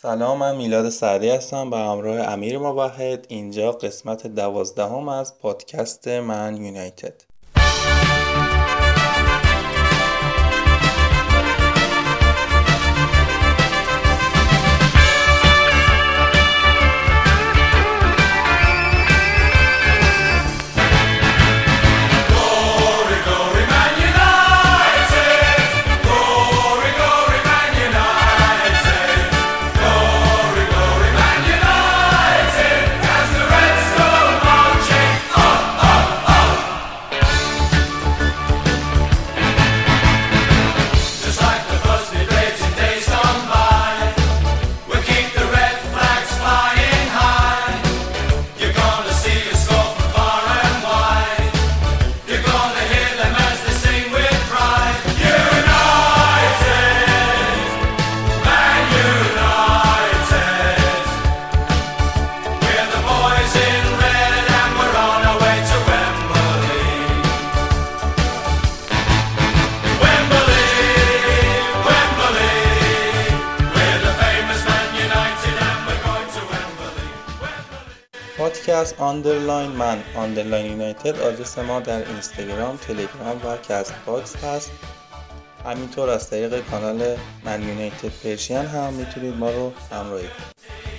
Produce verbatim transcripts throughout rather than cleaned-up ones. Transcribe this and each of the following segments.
سلام، من میلاد سعدی هستم به همراه امیر موحد. اینجا قسمت دوازدهم از پادکست من یونایتد. پادکست آندرلاین من آندرلاین یونایتد آدرس ما در اینستاگرام، تلگرام و کست باکس هست. همینطور از طریق کانال من یونایتد پرشین هم میتونید ما رو همراهی کنید.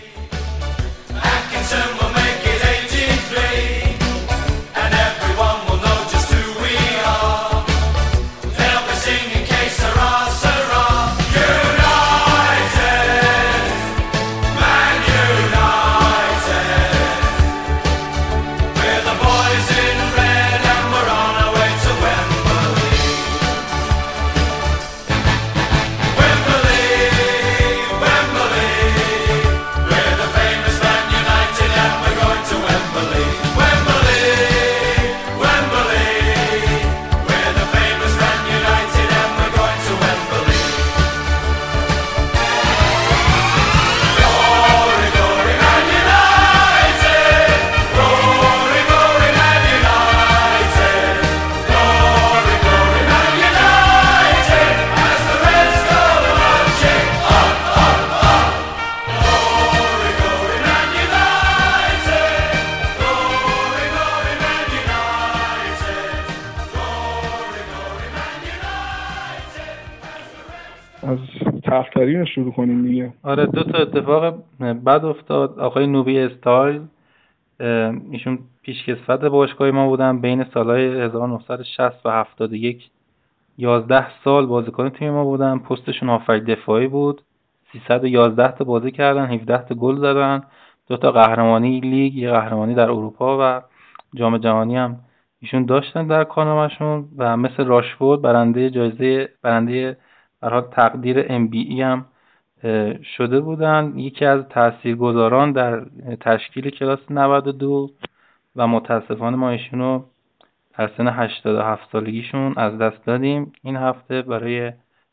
طرفداری شروع کنیم دیگه. آره، دو تا اتفاق بد افتاد. آقای نوبی استایل، ایشون پیشکسوت باشگاه ما بودن بین سالهای هزار و نهصد و شصت و هفتاد و یک. یازده سال بازیکن تیم ما بودن. پستشون هافک دفاعی بود. سیصد و یازده تا بازی کردن، هفده تا گل زدن، دو تا قهرمانی لیگ، یه قهرمانی در اروپا و جام جهانی هم ایشون داشتن در کارنامه‌شون و مثل راشفورد برنده جایزه برنده در حال تقدیر ام بی ای هم شده بودن. یکی از تاثیرگذاران در تشکیل کلاس نود و دو و متاسفانه ما ایشونو در سن هشتاد و هفت سالگیشون از دست دادیم. این هفته برای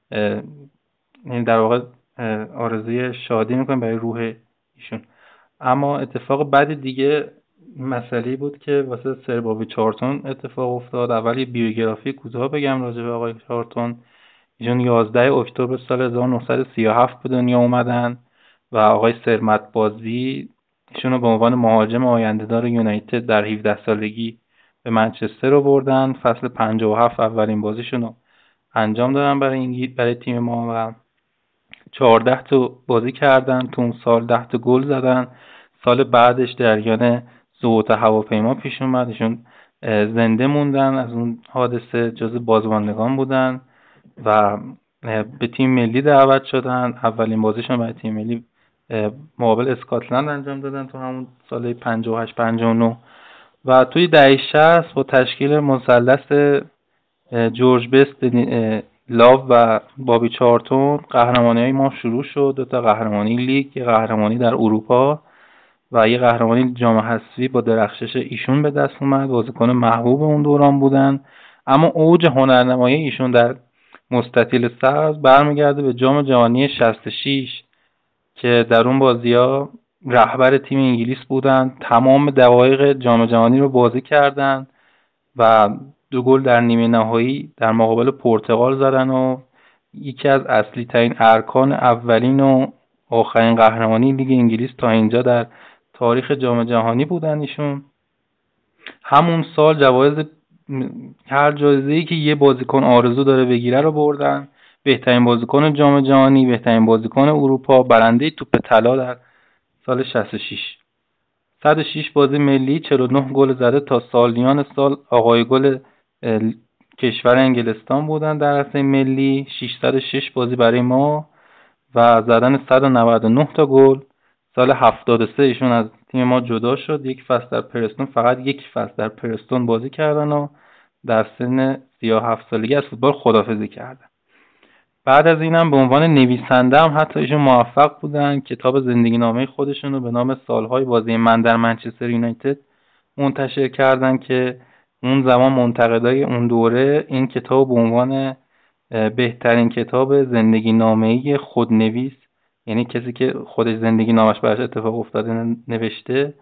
این در واقع آرزوی شادی میکنیم برای روح ایشون. اما اتفاق بعد دیگه مسئله بود که واسه سر بابی چارلتون اتفاق افتاد. اول یه بیوگرافی کوتاه بگم راجع به آقای چارلتون. ایشون یازده اکتبر سال هزار و نهصد و سی و هفت به دنیا اومدن و آقای سر مت بازی ایشونو به عنوان مهاجم آینده‌دار یونایتد در هفده سالگی به منچستر آوردن. فصل پنجاه و هفت اولین بازیشونو انجام دادن برای این برای تیم ما و چهارده تا بازی کردن. تو اون سال ده تا گل زدن. سال بعدش جریان سقوط هواپیما پیش اومد. ایشون زنده موندن از اون حادثه، جزو بازماندگان بودن و به تیم ملی دعوت شدن. اولین بازیشون برای تیم ملی مقابل اسکاتلند انجام دادن تو همون سال پنجاه و هشت پنجاه و نه و توی دهه شصت با تشکیل مثلث جورج بست، لاو و بابی چارلتون قهرمانی‌های ما شروع شد. دو تا قهرمانی لیگ، یه قهرمانی در اروپا و یه قهرمانی جام حذفی با درخشش ایشون به دست اومد. بازیکن محبوب اون دوران بودن. اما اوج هنرنمایی ایشون در مستطیل سبز برمیگرده به جام جهانی شصت و شش که در اون بازی‌ها رهبر تیم انگلیس بودن. تمام دقایق جام جهانی رو بازی کردن و دو گل در نیمه نهایی در مقابل پرتغال زدن و یکی از اصلی ترین ارکان اولین و آخرین قهرمانی لیگ انگلیس تا اینجا در تاریخ جام جهانی بودن ایشون. همون سال جوایز هر جایزه‌ای که یه بازیکن آرزو داره بگیره رو بردن. بهترین بازیکن جام جهانی، بهترین بازیکن اروپا، برنده توپ طلا در سال شصت و شش. صد و شش بازی ملی، چهل و نه گل زده. تا سالیان سال آقای گل کشور انگلستان بودن در عرصه ملی. ششصد و شش بازی برای ما و زدن صد و نود و نه تا گل. سال هفتاد و سه ایشون از تیم ما جدا شد. یک فصل در پرستون، فقط یک فصل در پرستون بازی کردن و در سن سی و هفت سالگی از فوتبال خداحافظی کردن. بعد از اینم به عنوان نویسنده هم حتی ایشون موفق بودن کتاب زندگی نامه خودشون رو به نام سالهای بازی من در منچستر یونایتد منتشر کردن که اون زمان منتقدای اون دوره این کتاب به عنوان بهترین کتاب زندگی نامه‌ای خودنویس، یعنی کسی که خودش زندگی نامش براش اتفاق افتاده نوشته،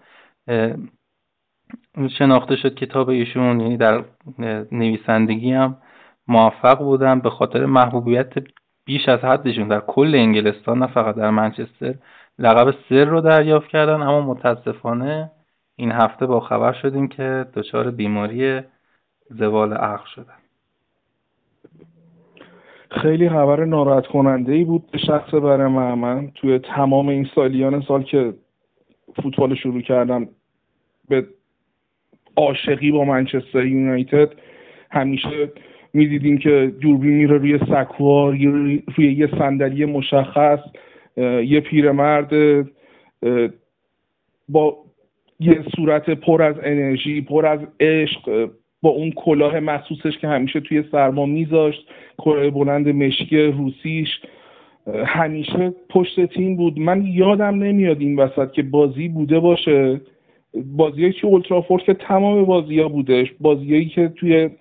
شناخته شد کتاب ایشون. یعنی در نویسندگی هم موفق بودن به خاطر محبوبیت بیش از حدشون در کل انگلستان، نه فقط در منچستر. لقب سر رو دریافت کردن، اما متاسفانه این هفته با خبر شدیم که دچار بیماری زوال عقل شدن. خیلی خبر ناراحت کننده ای بود به شخص برای من. من توی تمام این سالیان سال که فوتبال شروع کردم به عاشقی با منچستر یونایتد، همیشه میدیدیم که دوربین میره روی سکوار، روی یه صندلی مشخص، یه پیرمرد با یه صورت پر از انرژی، پر از عشق، با اون کلاه مخصوصش که همیشه توی سرما میذاشت، کلاه بلند مشکی روسیش، همیشه پشت تیم بود. من یادم نمیاد این وسط که بازی بوده باشه، بازیایی که اولترافورد که تمام بازی‌ها بودش، بازیایی که توی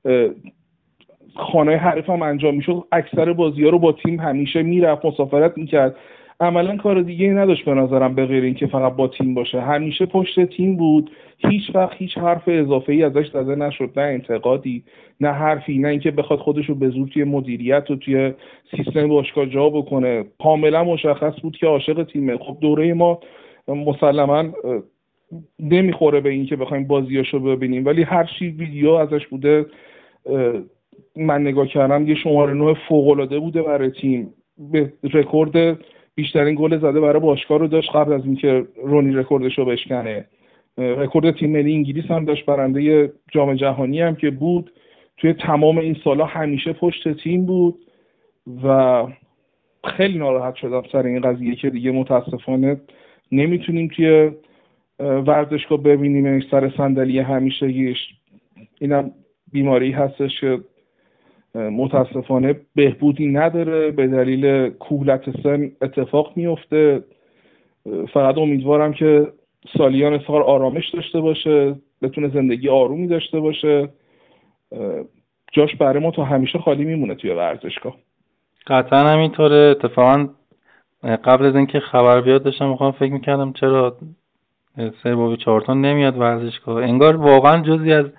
خانه حریفم انجام میشد، اکثر بازی‌ها رو با تیم همیشه میرفت، مسافرت میکرد. عملا کار دیگه ای نداشت به نظرم به غیر این که فقط با تیم باشه. همیشه پشت تیم بود، هیچ وقت هیچ حرف اضافه ای ازش زده نشد، نه انتقادی، نه حرفی، نه اینکه بخواد خودش رو به زور توی مدیریت و توی سیستم باشگاه جا بکنه. کاملا مشخص بود که عاشق تیمه. خب دوره ما مسلماً نمیخوره به این که بخوایم بازیاشو ببینیم، ولی هر چی ویدیو ازش بوده من نگاه کردم یه شماره نه فوق‌العاده بوده برای تیم. به رکورد بیشترین گل زده برای باشگاه رو داشت قبل از اینکه رونی رکوردش رو بشکنه. رکورد تیم ملی انگلیس هم داشت، برنده جام جهانی هم که بود. توی تمام این سالا همیشه پشت تیم بود و خیلی ناراحت شدم سر این قضیه که دیگه متاسفانه نمیتونیم توی ورزشگاه ببینیم سر صندلی همیشگیش. اینم بیماری هستش که متاسفانه بهبودی نداره، به دلیل کهولت سن اتفاق میفته. فقط امیدوارم که سالیان سال آرامش داشته باشه، بتونه زندگی آرومی داشته باشه. جاش برای ما تا همیشه خالی میمونه توی ورزشگاه. قطعا همینطوره. اتفاقا قبل از اینکه خبر بیاد داشتم میخوام فکر میکردم چرا سر بابی چارتون نمیاد ورزشگاه. انگار واقعا جزئی از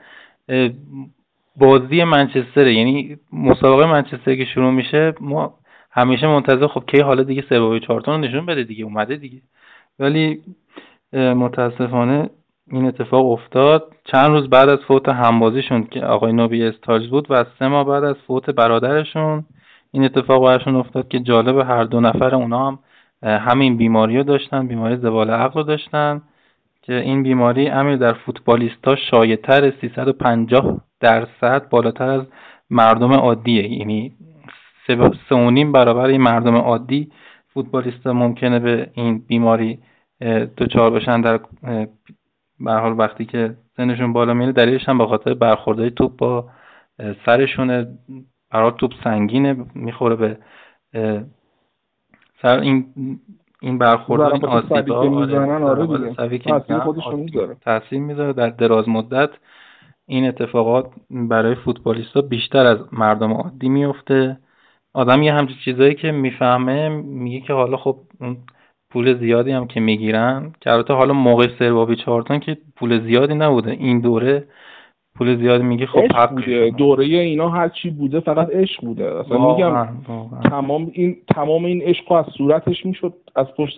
بازی منچستره. یعنی مسابقه منچستر که شروع میشه ما همیشه منتظر خب کی حالا دیگه سر بابی چارتون رو نشون بده دیگه، اومده دیگه. ولی متاسفانه این اتفاق افتاد چند روز بعد از فوت همبازیشون که آقای نوبی استارز بود و سه ماه بعد از فوت برادرشون این اتفاق براشون افتاد که جالب هر دو نفر اونا هم همین بیماری رو داشتن، بیماری زوال عقل رو داشتن که این بیماری امیر در فوتبالیستا شایع‌تر، سیصد و پنجاه درصد بالاتر از مردم عادیه. یعنی سه و نیم برابر این مردم عادی فوتبالیستا ممکنه به این بیماری دچار بشن در به هر حال وقتی که سنشون بالا میره. دلیلش هم به خاطر برخوردهای توپ با سرشونه. برای توپ سنگینه، میخوره به سر این این برخوردها، این آسیب‌ها میزنن. آره دیگه تاثیر خودشون میذاره، تاثیر میذاره در دراز مدت. این اتفاقات برای فوتبالیستا بیشتر از مردم عادی میفته. آدم یه همچین چیزایی که میفهمه میگه که حالا خب اون پول زیادی هم که میگیرن، که البته حالا موقع سر بابی چارتون که پول زیادی نبوده، این دوره پول زیادی میگی، خب عشق حق بوده دوره اینا، هر چی بوده فقط عشق بوده. اصلا میگم واقعا واقعا. تمام این تمام این عشق از صورتش میشد، از پشت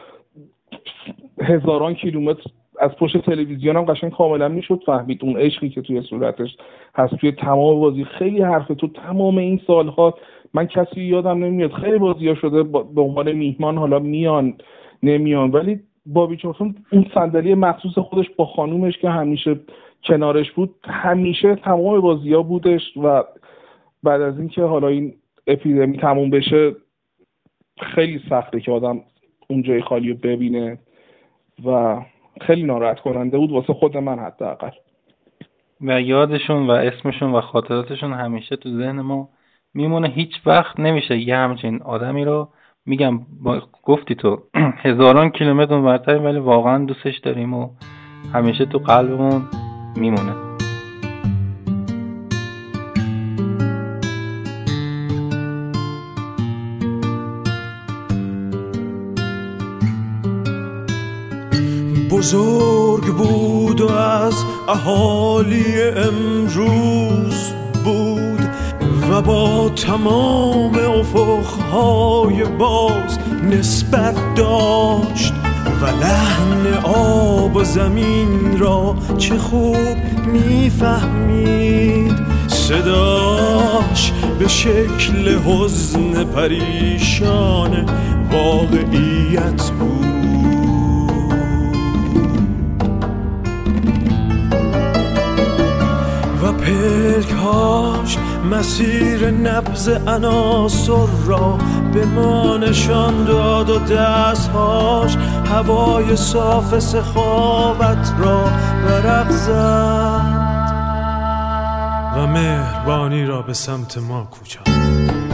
هزاران کیلومتر از پشت تلویزیون هم قشنگ کاملا میشد فهمید اون عشقی که توی صورتش هست توی تمام بازی. خیلی حرفه تو تمام این سالها، من کسی یادم نمیاد، خیلی بازی‌ها شده به عنوان میهمان حالا میان نمیان، ولی بابی جانسون اون صندلی مخصوص خودش با خانومش که همیشه کنارش بود، همیشه تمام بازی‌ها بودش. و بعد از اینکه حالا این اپیدمی تموم بشه خیلی سخته که آدم اون جای خالی رو ببینه و خیلی ناراحت کننده بود واسه خود من حداقل. و یادشون و اسمشون و خاطراتشون همیشه تو ذهن ما میمونه. هیچ وقت نمیشه یه همچین آدمی رو، میگم با گفتی تو هزاران کیلومتر اونورتر، ولی واقعا دوستش داریم و همیشه تو قلبمون میمونه. بزرگ بود و از اهالی امروز بود و با تمام افقهای باز نسبت داشت و لحن آب و زمین را چه خوب میفهمید. صداش به شکل حزن پریشان واقعیت بود و پلکاش مسیر نبض عناصر را به ما نشان داد و دستهاش هوای صاف سخاوت را ورق زد و مهربانی را به سمت ما کوچاند.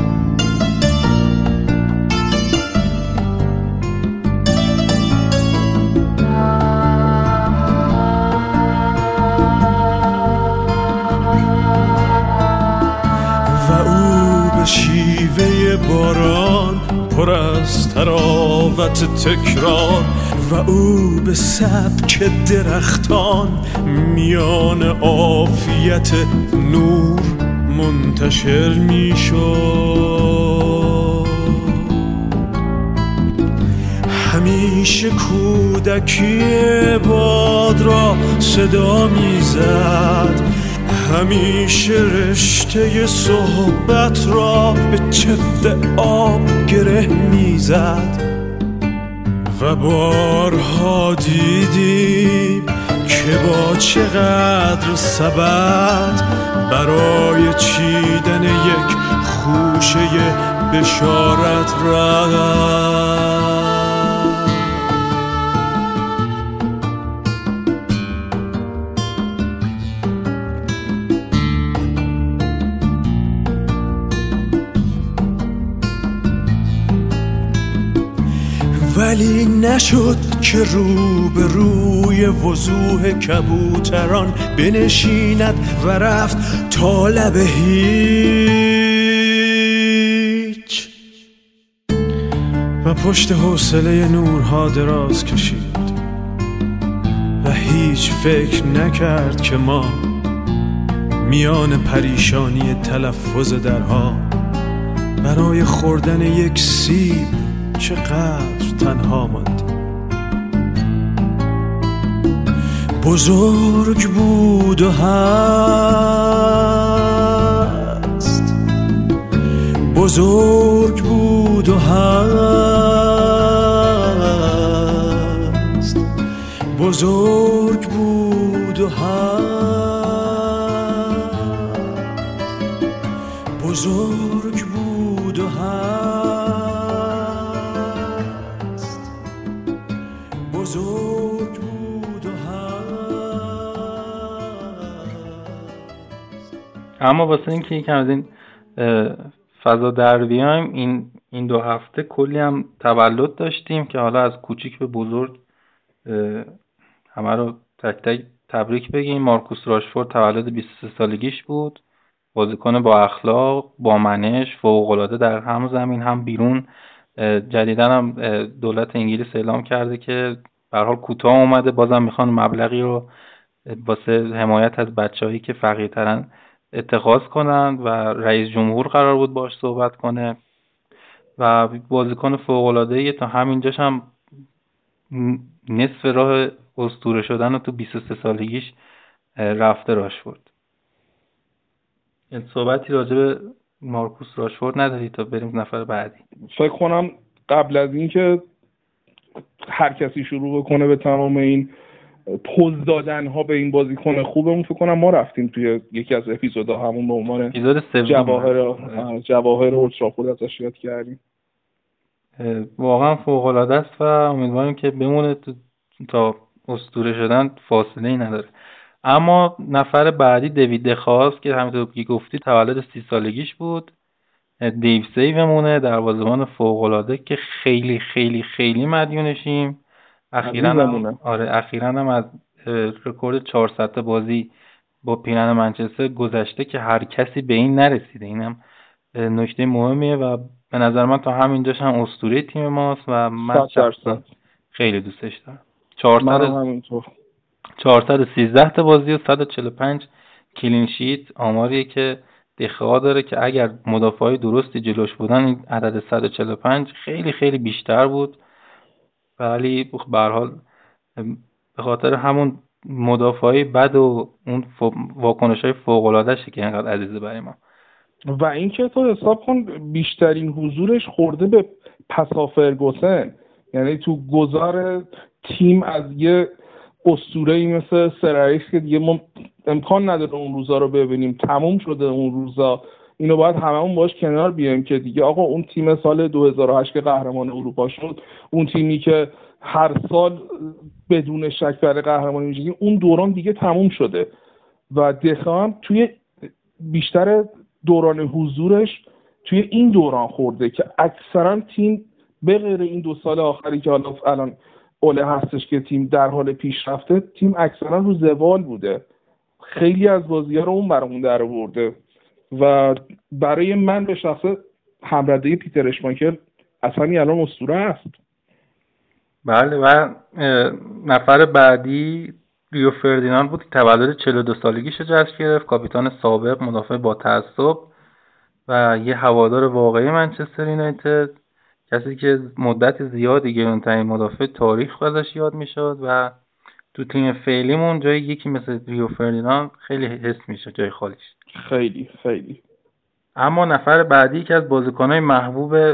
شیوه باران پر از تراوت تکرار و او به سبک درختان میان عافیت نور منتشر می شد. همیشه کودکی باد را صدا می زد، همیشه رشته صحبت را به چفت آب گره میزد و بارها دیدیم که با چقدر سبد برای چیدن یک خوشه بشارت رفت. ولی نشد که رو به روی وضوح کبوتران بنشیند و رفت تا لب هیچ و پشت حوصله نورها دراز کشید و هیچ فکر نکرد که ما میان پریشانی تلفظ درها برای خوردن یک سیب چقدر تنها ماند. بزرگ بود و هست، بزرگ بود و هست، بزرگ بود و هست، بزرگ بود و هست، بزرگ بود و هست. اما واسه اینکه یکم از این فضا در بیایم، این این دو هفته کلی هم تولد داشتیم که حالا از کوچیک به بزرگ همه رو تک تک تبریک بگیم. مارکوس راشفورد تولد بیست و سه سالگیش بود، بازیکن با اخلاق، با منش، فوق‌العاده در هم زمین هم بیرون. جدیداً هم دولت انگلیس اعلام کرده که به هر حال کوتاه اومده، بازم میخوان مبلغی رو واسه حمایت از بچه‌هایی که فقیرترن اتخاذ کنن و رئیس جمهور قرار بود باش صحبت کنه و بازیکن فوق‌العاده‌ای تا همینجاش هم نصف راه اسطوره شدن رو تو بیست و سه سالگیش رفته راشفورد. صحبتی راجع به مارکوس راشفورد نداری تا بریم نفر بعدی؟ فکر کنم قبل از اینکه هر کسی شروع بکنه به تمام این پوز دادن ها به این بازیکن خوبمون، فکر کنم ما رفتیم توی یکی از اپیزودا همون به عنوان اپیزود سوم جواهر جواهر اولترافورد ازش یاد کردیم. واقعا فوق العاده است و امیدواریم که بمونه تا اسطوره شدن فاصله ای نداره. اما نفر بعدی دیوید دخواست که همونطور که گفتی تولد سی سالگیش بود. دیو سیومونه، دروازه‌بان فوق العاده که خیلی خیلی خیلی مدیونشیم. اخیراً هم آره اخیراً هم از رکورد چهارصد تا بازی با پیرن منچستر گذشته که هر کسی به این نرسیده. اینم نکته مهمیه و به نظر من تا همینجاش هم اسطوره تیم ماست و من خیلی دوستش دارم. چهارصد و سیزده تا بازی و صد و چهل و پنج کلین شیت، آماریه که دخواه داره که اگر مدافعای درستی جلوش بودن این عدد صد و چهل و پنج خیلی خیلی بیشتر بود، ولی به هر حال به خاطر همون مدافعای بد و اون واکنش‌های فوق‌العاده‌شه که اینقدر عزیزه برای ما. و این که تو حساب کن بیشترین حضورش خورده به پسا فرگوسن، یعنی تو گذار تیم از یه اسطوره‌ای مثل سراریس که دیگه ما امکان نداره اون روزا رو ببینیم، تموم شده اون روزا. اینو باید هممون باش کنار بیایم که دیگه آقا اون تیم سال دو هزار و هشت که قهرمان اروپا شد، اون تیمی که هر سال بدون شک برای قهرمانی میشه، اون دوران دیگه تموم شده و دخواه هم توی بیشتر دوران حضورش توی این دوران خورده که اکثرا تیم به غیر این دو سال آخری که حالا الان اوله هستش که تیم در حال پیشرفته، تیم اکثرا رو زوال بوده. خیلی از بازی‌ها رو اون برامون در آورده و برای من به شخص همرده پیتر اشمایکل اصلا الان اسطوره است. بله و نفر بعدی ریو فردیناند بود که تولد چهل و دو سالگیش جشن گرفت، کاپیتان سابق، مدافع با تعصب و یه هوادار واقعی منچستر یونایتد، کسی که مدت زیادی گرانترین مدافع تاریخ ازش یاد میشد و تو تیم فعلیمون جای یکی مثل ریو فردیناند خیلی حس میشه جای خالیش. خیلی خیلی. اما نفر بعدی که از بازیکن‌های محبوب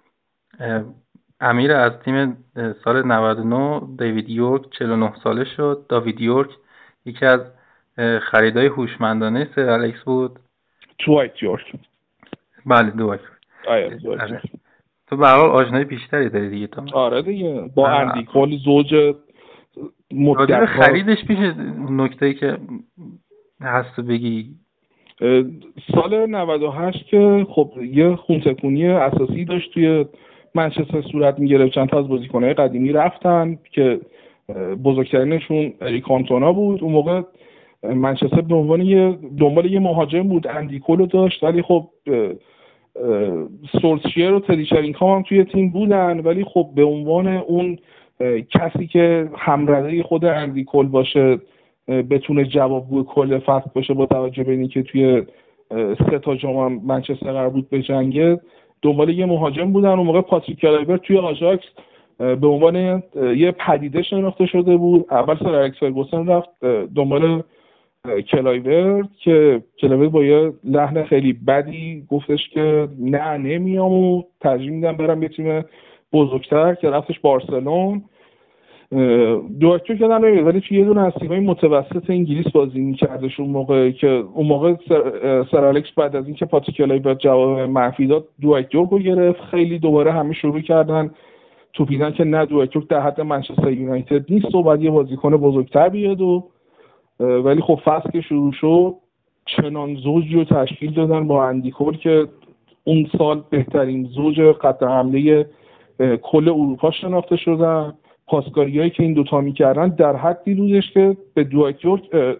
امیر از تیم سال نود و نه دیوید یورک چهل و نه ساله شد. دیوید یورک یکی از خریدای هوشمندانه سر الکس بود. دوایت یورک. بله دوایت. آره دوایت. تو به هر حال آشنایی بیشتری داری دیگه تو. آره دیگه با اندی کل زوج مدت خریدش میشه نکته‌ای که هست بگی. سال نود و هشت که خب یه خونتکونی اساسی داشت توی منچستر صورت میگرفت، چند تا از بازیکن‌های قدیمی رفتن که بزرگترینشون اریک کانتونا بود. اون موقع منچستر به عنوان یه دنبال یه مهاجم بود، اندی کولو داشت، ولی خب سولشیر و تدی شرینگهام هم توی تیم بودن، ولی خب به عنوان اون کسی که همرده خود اندی کول باشه بتونه جوابگوی کل فصل باشه با توجه به اینکه توی سه تا جام منچستر قرار بود به جنگه، دنبال یه مهاجم بودن. اون موقع پاتریک کلایورت توی آژاکس به عنوان یه پدیده شناخته شده بود. اول سر الکس فرگوسن رفت دنبال کلایورت که کلایورت با یه لحن خیلی بدی گفتش که نه نمیام و ترجیح میدم برم یه تیم بزرگتر، که رفتش بارسلون. دوکتور که نمیاد ولی توی یه دونه از تیم‌های متوسط انگلیس بازی می‌کردش اون موقع که اون موقع سر, سر الکس بعد از اینکه پاتریک کلایورت جواب منفی داد دوکتور رو گرفت. خیلی دوباره همه شروع کردن توپیدن که نه دوکتور در حد منچستر یونایتد نیست و بعد یه بازیکن بزرگتر بیاد و ولی خب فصل که شروع شد چنان زوجی رو تشکیل دادن با اندی کول که اون سال بهترین زوج خط حمله کل اروپا شناخته شدن. پاسکاریایی که این دوتا میکردن در حدی بودش که به دوکتور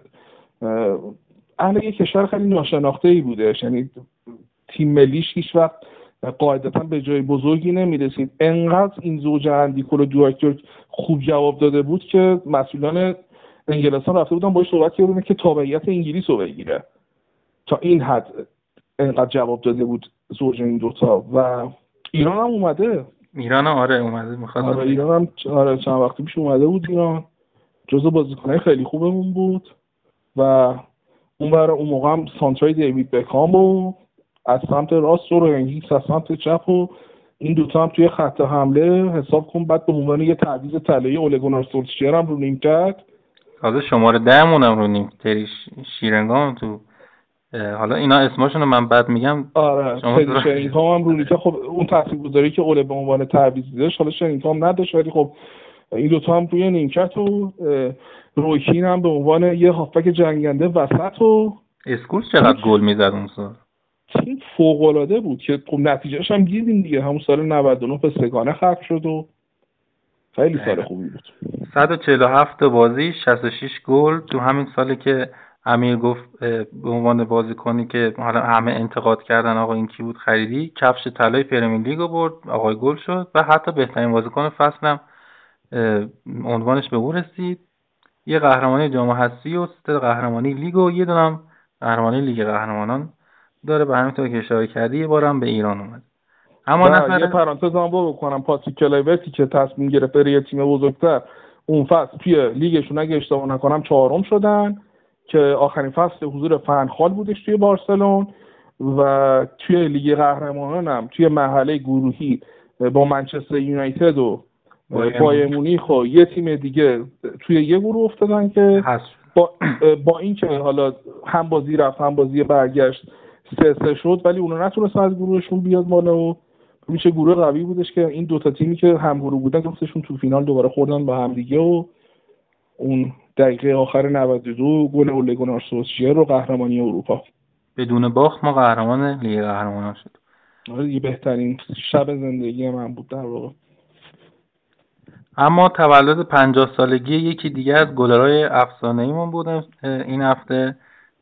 اهل یک کشور خیلی ناشناخته ای بودش، یعنی تیم ملیش هیچ وقت قاعدتا به جای بزرگی نمیرسید. انقدر این زوج اندی کول و دوکتور خوب جواب داده بود که مسئولان انگلستان رفته بودن باهاش صحبت کرده بودن که تابعیت انگلیس رو بگیره. تا این حد اینقدر جواب داده بود زوج این دوتا. و ایران هم اومده ایران هم آره اومده میخواد آره ایران هم آره چند وقتی پیش اومده بود ایران، جزو بازیکنای خیلی خوبمون بود. و اون برای اون موقع هم سانترای دیوید بکام و از سمت راست و رنگیکس از سمت چپ و این دوتا هم توی خط حمله حساب کن. بعد به عنوان یه تعویض طلایی اوله گونار سولشیر هم رو نیمکت، حالا شماره ده مونم رو نیمکت شیرنگام تو. حالا اینا اسمشون من بعد میگم. آره شیرینگام هم رو نیمکت. خب اون تاثیرگذاری که اوله به عنوان تعویض داشت حالا شیرینگام نداشت، ولی خب این دوتا هم روی نیمکت و رویکین هم به عنوان یه هافبک جنگنده وسط و اسکولز چقدر گل میزد اون سال. تیم فوق‌العاده بود که خب نتیجهش هم دیدیم دیگه، همون سال نود و نه به سگانه ختم شد و خیلی سال خوبی بود. صد و چهل و هفت بازی شصت و شش گل تو همین سالی که امیر گفت به عنوان بازیکنی که حالا همه انتقاد کردن آقا این کی بود خریدی، کفش طلای پرمیر لیگ رو برد، آقای گل شد و حتی بهترین بازیکن فصل هم عنوانش به او رسید. یه قهرمانی جام حذفی و سه قهرمانی لیگ و یه دونم قهرمانی لیگ قهرمانان داره. به همین طور که اشاره کردی یه بارم به ایران اومد. اما نفر یه پرانتز هم بکنم، پاتریک کلایورتی که تصمیم گرفت بره یه تیم بزرگتر اون فصل توی لیگشون اگه اشتباه نکنم چهارم شدن که آخرین فصل حضور فنخال بودش توی بارسلون و توی لیگ قهرمانان هم توی مرحله گروهی با منچستر یونایتد و بایر مونیخ و یه تیم دیگه توی یه گروه افتادن که با با این که حالا هم بازی رفت هم بازی برگشت سه سه شد، ولی اونا نتونستن از گروهشون بیاد بالا و میشه گروه قوی بودش که این دوتا تیمی که هم گروه بودن گفتشون تو فینال دوباره خوردن با هم دیگه و اون دقیقه آخر نود و دو گل اوله گونار سولشیر رو قهرمانی اروپا بدون باخت ما قهرمان لیگ قهرمانان شد. آره دیگه بهترین شب زندگی من بود در واقع. اما تولد پنجاه سالگی یکی دیگه از گلرهای افسانه‌ایمون بود این هفته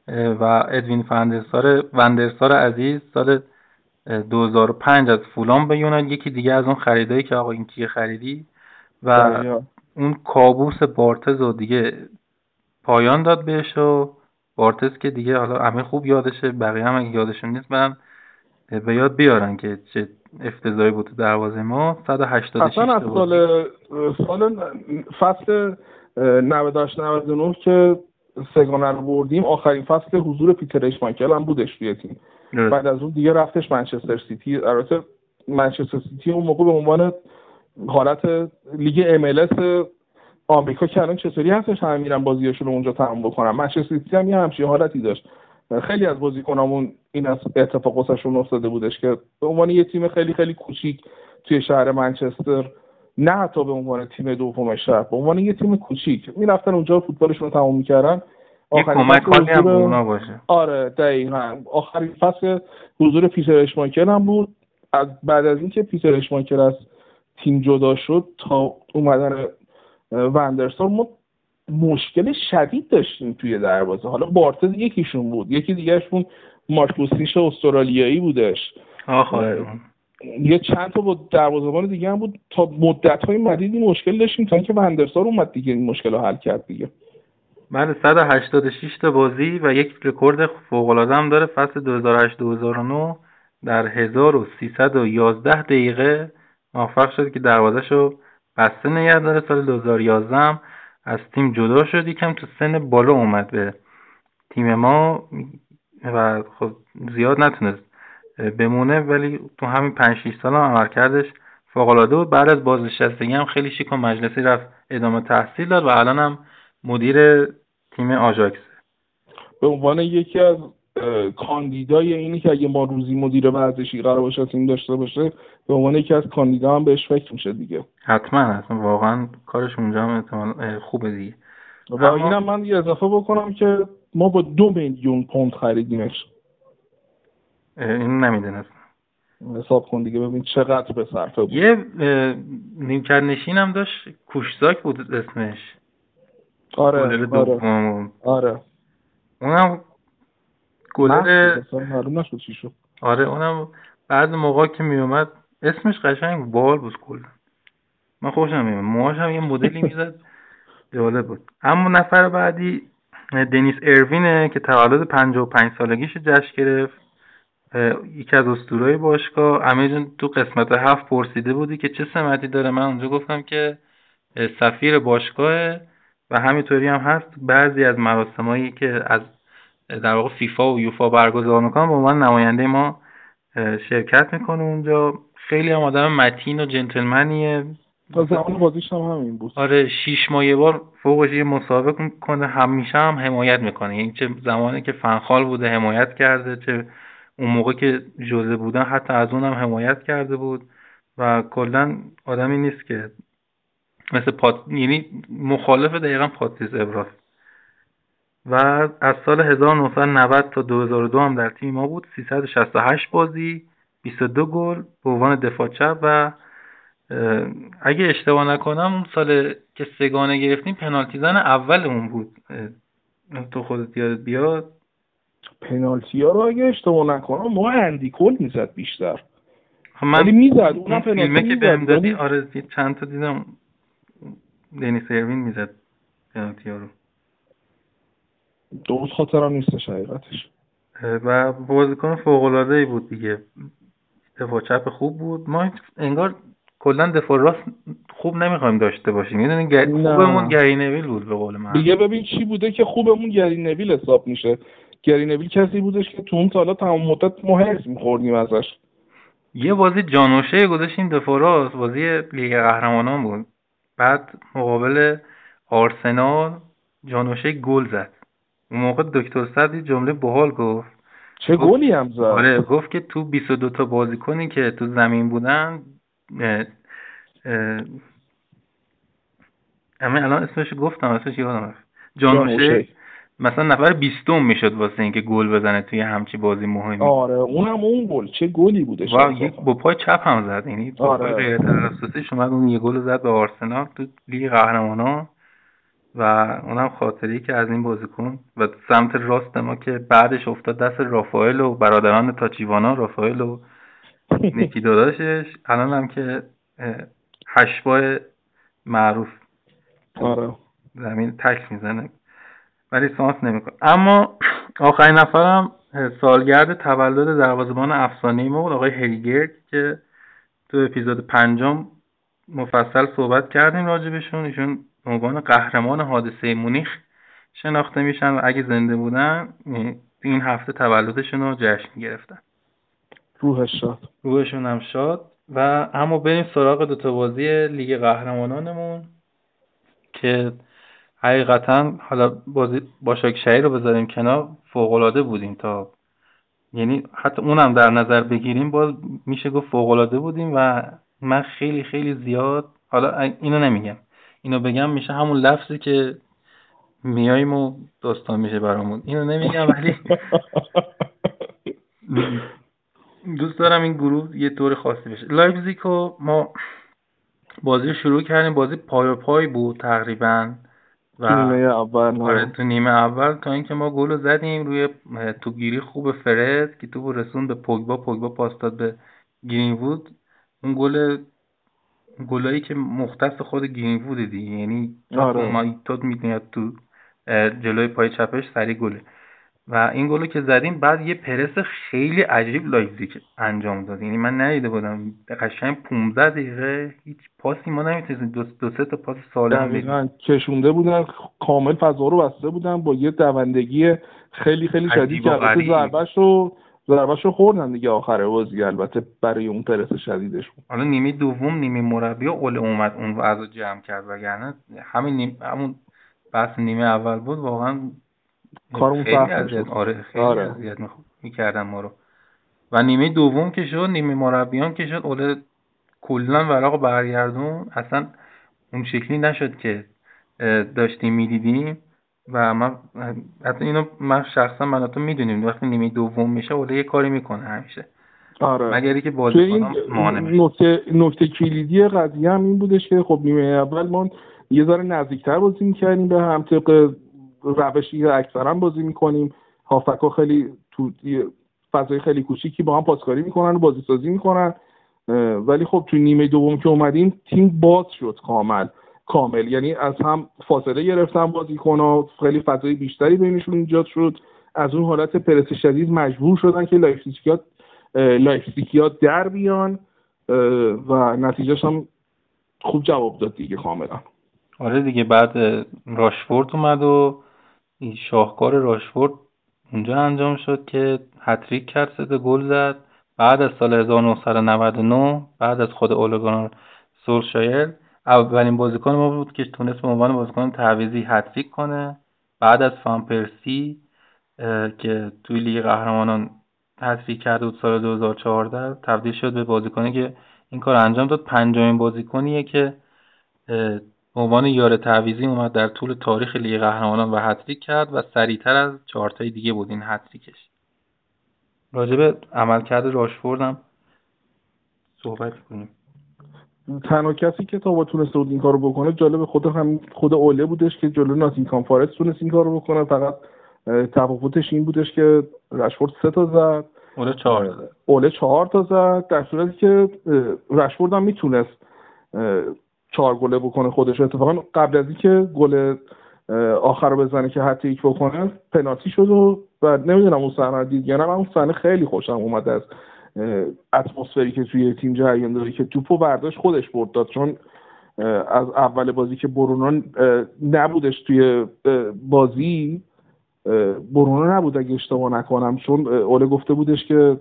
و ادوین فندرسار وندرسار عزیز سال دو هزار و پنج از فولام به یونایتد، یکی دیگه از اون خریدایی که آقا این کیه خریدی و دایا. اون کابوس بارتز رو دیگه پایان داد بهش و بارتز که دیگه حالا همه خوب یادشه، بقیه هم اگه یادشون نیست برن به یاد بیارن که چه افتضاحی بود تو دروازه ما. صد و هشتاد و شش اصلا از سال سال فصل نود و هشت نود و نه که سگانه رو بردیم آخرین فصل حضور پیتر اشمایکل هم بودش توی تیم. بعد از اون دیگه رفتش منچستر سیتی. البته منچستر سیتی اون موقع به عنوان حالت لیگ ام ال اس آمریکا که الان چطوری هستش همه میرن بازیاشون رو اونجا تمام بکنن، منچستر سیتی هم یه همچین حالتی داشت. خیلی از بازیکنامون این از اتفاق واسهشون افتاده بودش که به عنوان یه تیم خیلی خیلی کوچیک توی شهر منچستر، نه حتی به عنوان تیم دوم شهر، به عنوان یه تیم کوچیک میرفتن اونجا فوتبالشون رو تمام می‌کردن. یه کمک کاری هم به اونا باشه. آره دقیقاً. آخرین فصل حضور پیتر اشمایکل هم بود. از بعد از اینکه پیتر اشمایکل از تیم جدا شد تا اومدن وندرسار ما مشکل شدید داشتیم توی دروازه. حالا بارتز یکیشون بود، یکی دیگهشون مارکوسیش استرالیایی بودش. آخه یه چند تا با دروازه‌بان دیگه هم بود. تا مدت‌های مدیدی مشکل داشتیم تا اینکه وندرسار اومد دیگه این مشکل رو حل کرد دیگه. بعد صد و هشتاد و شش تا بازی و یک رکورد فوق‌العاده هم داره. فصل دو هزار و هشت دو هزار و نه در هزار و سیصد و یازده دقیقه موفق شد که دروازه‌شو بسته نگه داره. سال دو هزار و یازده هم از تیم جدا شد، یکم تو سن بالا اومد به تیم ما و خب زیاد نتونست بمونه، ولی تو همین پنج شش سال هم عملکردش فوق‌العاده بود. بعد از بازنشستگی هم خیلی شیک و مجلسی رفت ادامه تحصیل داد و الان هم مدیر تیم آژاکس. به عنوان یکی از کاندیدای اینی که اگه ما روزی مدیر ورزشی قرار باشه تیم داشته باشه، به عنوان یکی از کاندیدا هم بهش فکر میشه دیگه. حتما حتما واقعا کارش اونجا هم احتمال خوبه دیگه. و اما... اینم من یه اضافه بکنم که ما با دو میلیون پوند خریدیمش. این نمیدونستم. حساب کن دیگه ببین چقدر به صرفه بود. یه نیمکت نشین هم داشت، کوشزاک بود اسمش. آره آره آره اونم گلر معلوم نشد چی شد. آره اونم بعد موقع که می اومد اسمش قشنگ باحال بود کلا. من خوشم میاد. موهاش هم یه مدلی میزد جالب بود. اما نفر بعدی دنیس اروینه که تولد پنجاه و پنج سالگیش جشن گرفت. یکی از اسطورهای باشگاه. امیر جون تو قسمت هفت پرسیده بودی که چه سمتی داره، من اونجا گفتم که سفیر باشگاهه و همینطوری هم هست. بعضی از مراسمایی که از در واقع فیفا و یوفا برگزار میکنن با من نماینده ما شرکت میکنه اونجا. خیلی هم آدم متین و جنتلمنیه. تا زمان بازیش هم همین بود. آره شیش ماه یه بار فوقش یه مسابقه میکنه، همیشه هم حمایت میکنه. یعنی چه زمانی که فنخال بوده حمایت کرده، چه اون موقع که جوزه بودن حتی از اونم حمایت کرده بود و کلا آدمی نیست که مثل پات، یعنی مخالف دقیقا پاتریس ابراز. و از سال هزار و نهصد و نود تا دو هزار و دو هم در تیم ما بود. سیصد و شصت و هشت بازی، بیست و دو گل به عنوان دفاع چپ و اگه اشتباه نکنم اون سال که سگانه گرفتیم پنالتی زن اولمون بود. تو خودت یادت بیاد؟ پنالتی ها رو اگه اشتباه نکنم ما اندی کول میزد بیشتر. ولی میزد اونم پنالتی فیلمه که بهم دادی ولی... آره چند تا دیدم دنیس اروین میزد پنالتی ها رو. درست خاطرم نیستش حقیقتش. و بازیکن فوق العاده ای بود دیگه. دفاع چپ خوب بود. ما انگار کلا دفاع راست خوب نمیخوایم داشته باشیم. میدونین گر... خوبمون گری نویل بود به قول من. دیگه ببین چی بوده که خوبمون گری نویل حساب میشه. گری نویل کسی بودش که تو اون سالا تمام مدت ما هرس می‌خوردیم ازش. یه بازی جانوشه گذاشتیم دفاع راست، بازی لیگ قهرمانان بود. بعد مقابل آرسنال جانوشه گل زد. اون موقع دکتر صدی جمله باحال گفت. چه گلی هم زد. آره گفت که تو بیست و دو تا بازیکنی که تو زمین بودن اه اه همه الان اسمش گفتم اسمش یادم رفت. جانوشه مثلا نفر بیستم میشد واسه اینکه گل بزنه توی همچی بازی مهمی. آره اونم اون گل چه گلی بوده. و یک با پای چپ هم زد، یعنی با آره. پای غیر تخصصیش اومد اون یه گل زد به آرسنال تو لیگ قهرمانان و اونم خاطری که از این بازیکن و سمت راست ما که بعدش افتاد دست رافائل و برادران تاچیوانا، رافائل و نیکی داداشش. الان هم که هشبای معروف آره زمین تک میزنه ولی سانس نمیکنه. اما آخرین نفرم سالگرد تولد دروازه‌بان افسانه‌ای ما بود، آقای هریگرد که تو اپیزود پنجم مفصل صحبت کردیم راجبشون. ایشون به عنوان قهرمان حادثه مونیخ شناخته میشن و اگه زنده بودن این هفته تولدشون رو جشن گرفتن. روحش شاد. روحشون هم شاد. و اما بریم سراغ دو تا بازی لیگ قهرمانانمون که حقیقتا حالا بازی باشاکشهیر رو بذاریم کنار، فوق‌العاده بودیم. تا یعنی حتی اونم در نظر بگیریم باز میشه گفت فوق‌العاده بودیم و من خیلی خیلی زیاد، حالا اینو نمیگم، اینو بگم میشه همون لفظی که میاییم و داستان میشه برامون. اینو نمیگم ولی دوست دارم این گروه یه طور خاصی بشه. لایپزیگو ما بازی رو شروع کردیم، بازی پای و پای بود تقریبا و تو نیمه اول آره تو نیمه اول تا اینکه ما گل رو زدیم روی توپگیری خوب فرد که توپ رسون به پوگبا، پوگبا پاس داد به گرین‌وود. اون گل گلایی که مختص خود گرین‌وود دیگه، یعنی آره. تو میاد تو جلوی پای چپش سری گله و این گلو که زدیم بعد یه پرس خیلی عجیب لایپزیگ انجام داد. یعنی من ندیده بودم قشنگ پانزده دقیقه هیچ پاسی ما نمیتونستیم دو, دو سه تا پاس سالم بدیم. کشونده بودن کامل فضا رو بسته بودن با یه دوندگی خیلی خیلی شدید که البته ضربه‌شو ضربه‌شو خوردن دیگه آخر بازی البته برای اون پرس شدیدشون. حالا نیمه دوم نیمه مربی اول اومد اون وضعو جمع کرد وگرنه همین نیم همون بس نیمه اول بود واقعا کارمون سخت شد. آره خیلی آره. اذیت می‌کردن ما رو. و نیمه دوم که شد نیمه مربیان که شد اول کلا ورق برگردون اصلا اون شکلی نشد که داشتیم میدیدیم و من حتی اینو من شخصا من تو میدونیم وقتی نیمه دوم میشه اول یه کاری میکنه همیشه. آره. مگری که بازیکنام مانع میشه. نکته نکته کلیدی قضیه هم این بودش که خب نیمه اول ما یه ذره نزدیکتر بازی می‌کردیم به هم طبق روشی که اکثرا بازی می‌کنیم. هافکا خیلی تو فضای خیلی کوچیکی با هم پاسکاری میکنن و بازی سازی میکنن ولی خب تو نیمه دوم که اومدیم تیم باز شد کامل کامل، یعنی از هم فاصله گرفتن بازیکن‌ها، خیلی فضای بیشتری بینشون ایجاد شد. از اون حالت پرس شدید مجبور شدن که لایپزیگیا لایپزیگیا در بیان و نتیجهش هم خوب جواب داد دیگه کاملا. آره دیگه، بعد راشفورد اومد و این شاهکار راشفورد اونجا انجام شد که هتریک کرد، سه گل زد. بعد از سال هزار و نهصد و نود و نه، بعد از خود اول گونار سولشایر، اولین بازیکن ما بود که تونست به عنوان بازیکن تعویضی هتریک کنه. بعد از فان پرسی که توی لیگ قهرمانان هتریک کرده بود سال دو هزار و چهارده، تبدیل شد به بازیکنی که این کار انجام داد. پنجمین بازیکنیه که به عنوان یار تعویضی اومد در طول تاریخ لیگ قهرمانان و هتریک کرد و سریعتر از چهار تای دیگه بود این هتریکش. راجع به عملکرد راشفورد هم صحبت کنیم. تنها کسی که تا با تونسته بود این کارو بکنه جالب خود هم خود اوله بودش که جلو ناتینگهام فارست تونست این کارو بکنه. فقط تفاوتش این بودش که راشفورد سه تا زد، اوله چهار زد. اوله چهار تا زد، در صورتی که راشفورد هم میتونست چهار گله بکنه خودش. اتفاقا قبل از اینکه گل آخر رو بزنه که هتریک بکنه پنالتی شد و بعد نمیدونم اون صحنه دید یا نه. من اون صحنه خیلی خوشم اومد از اتمسفری که توی تیم جریان داره که توپو برداشت خودش برد داد، چون از اول بازی که برونو نبودش توی بازی، برونو نبود اگه اشتباه نکنم، چون اوله گفته بودش که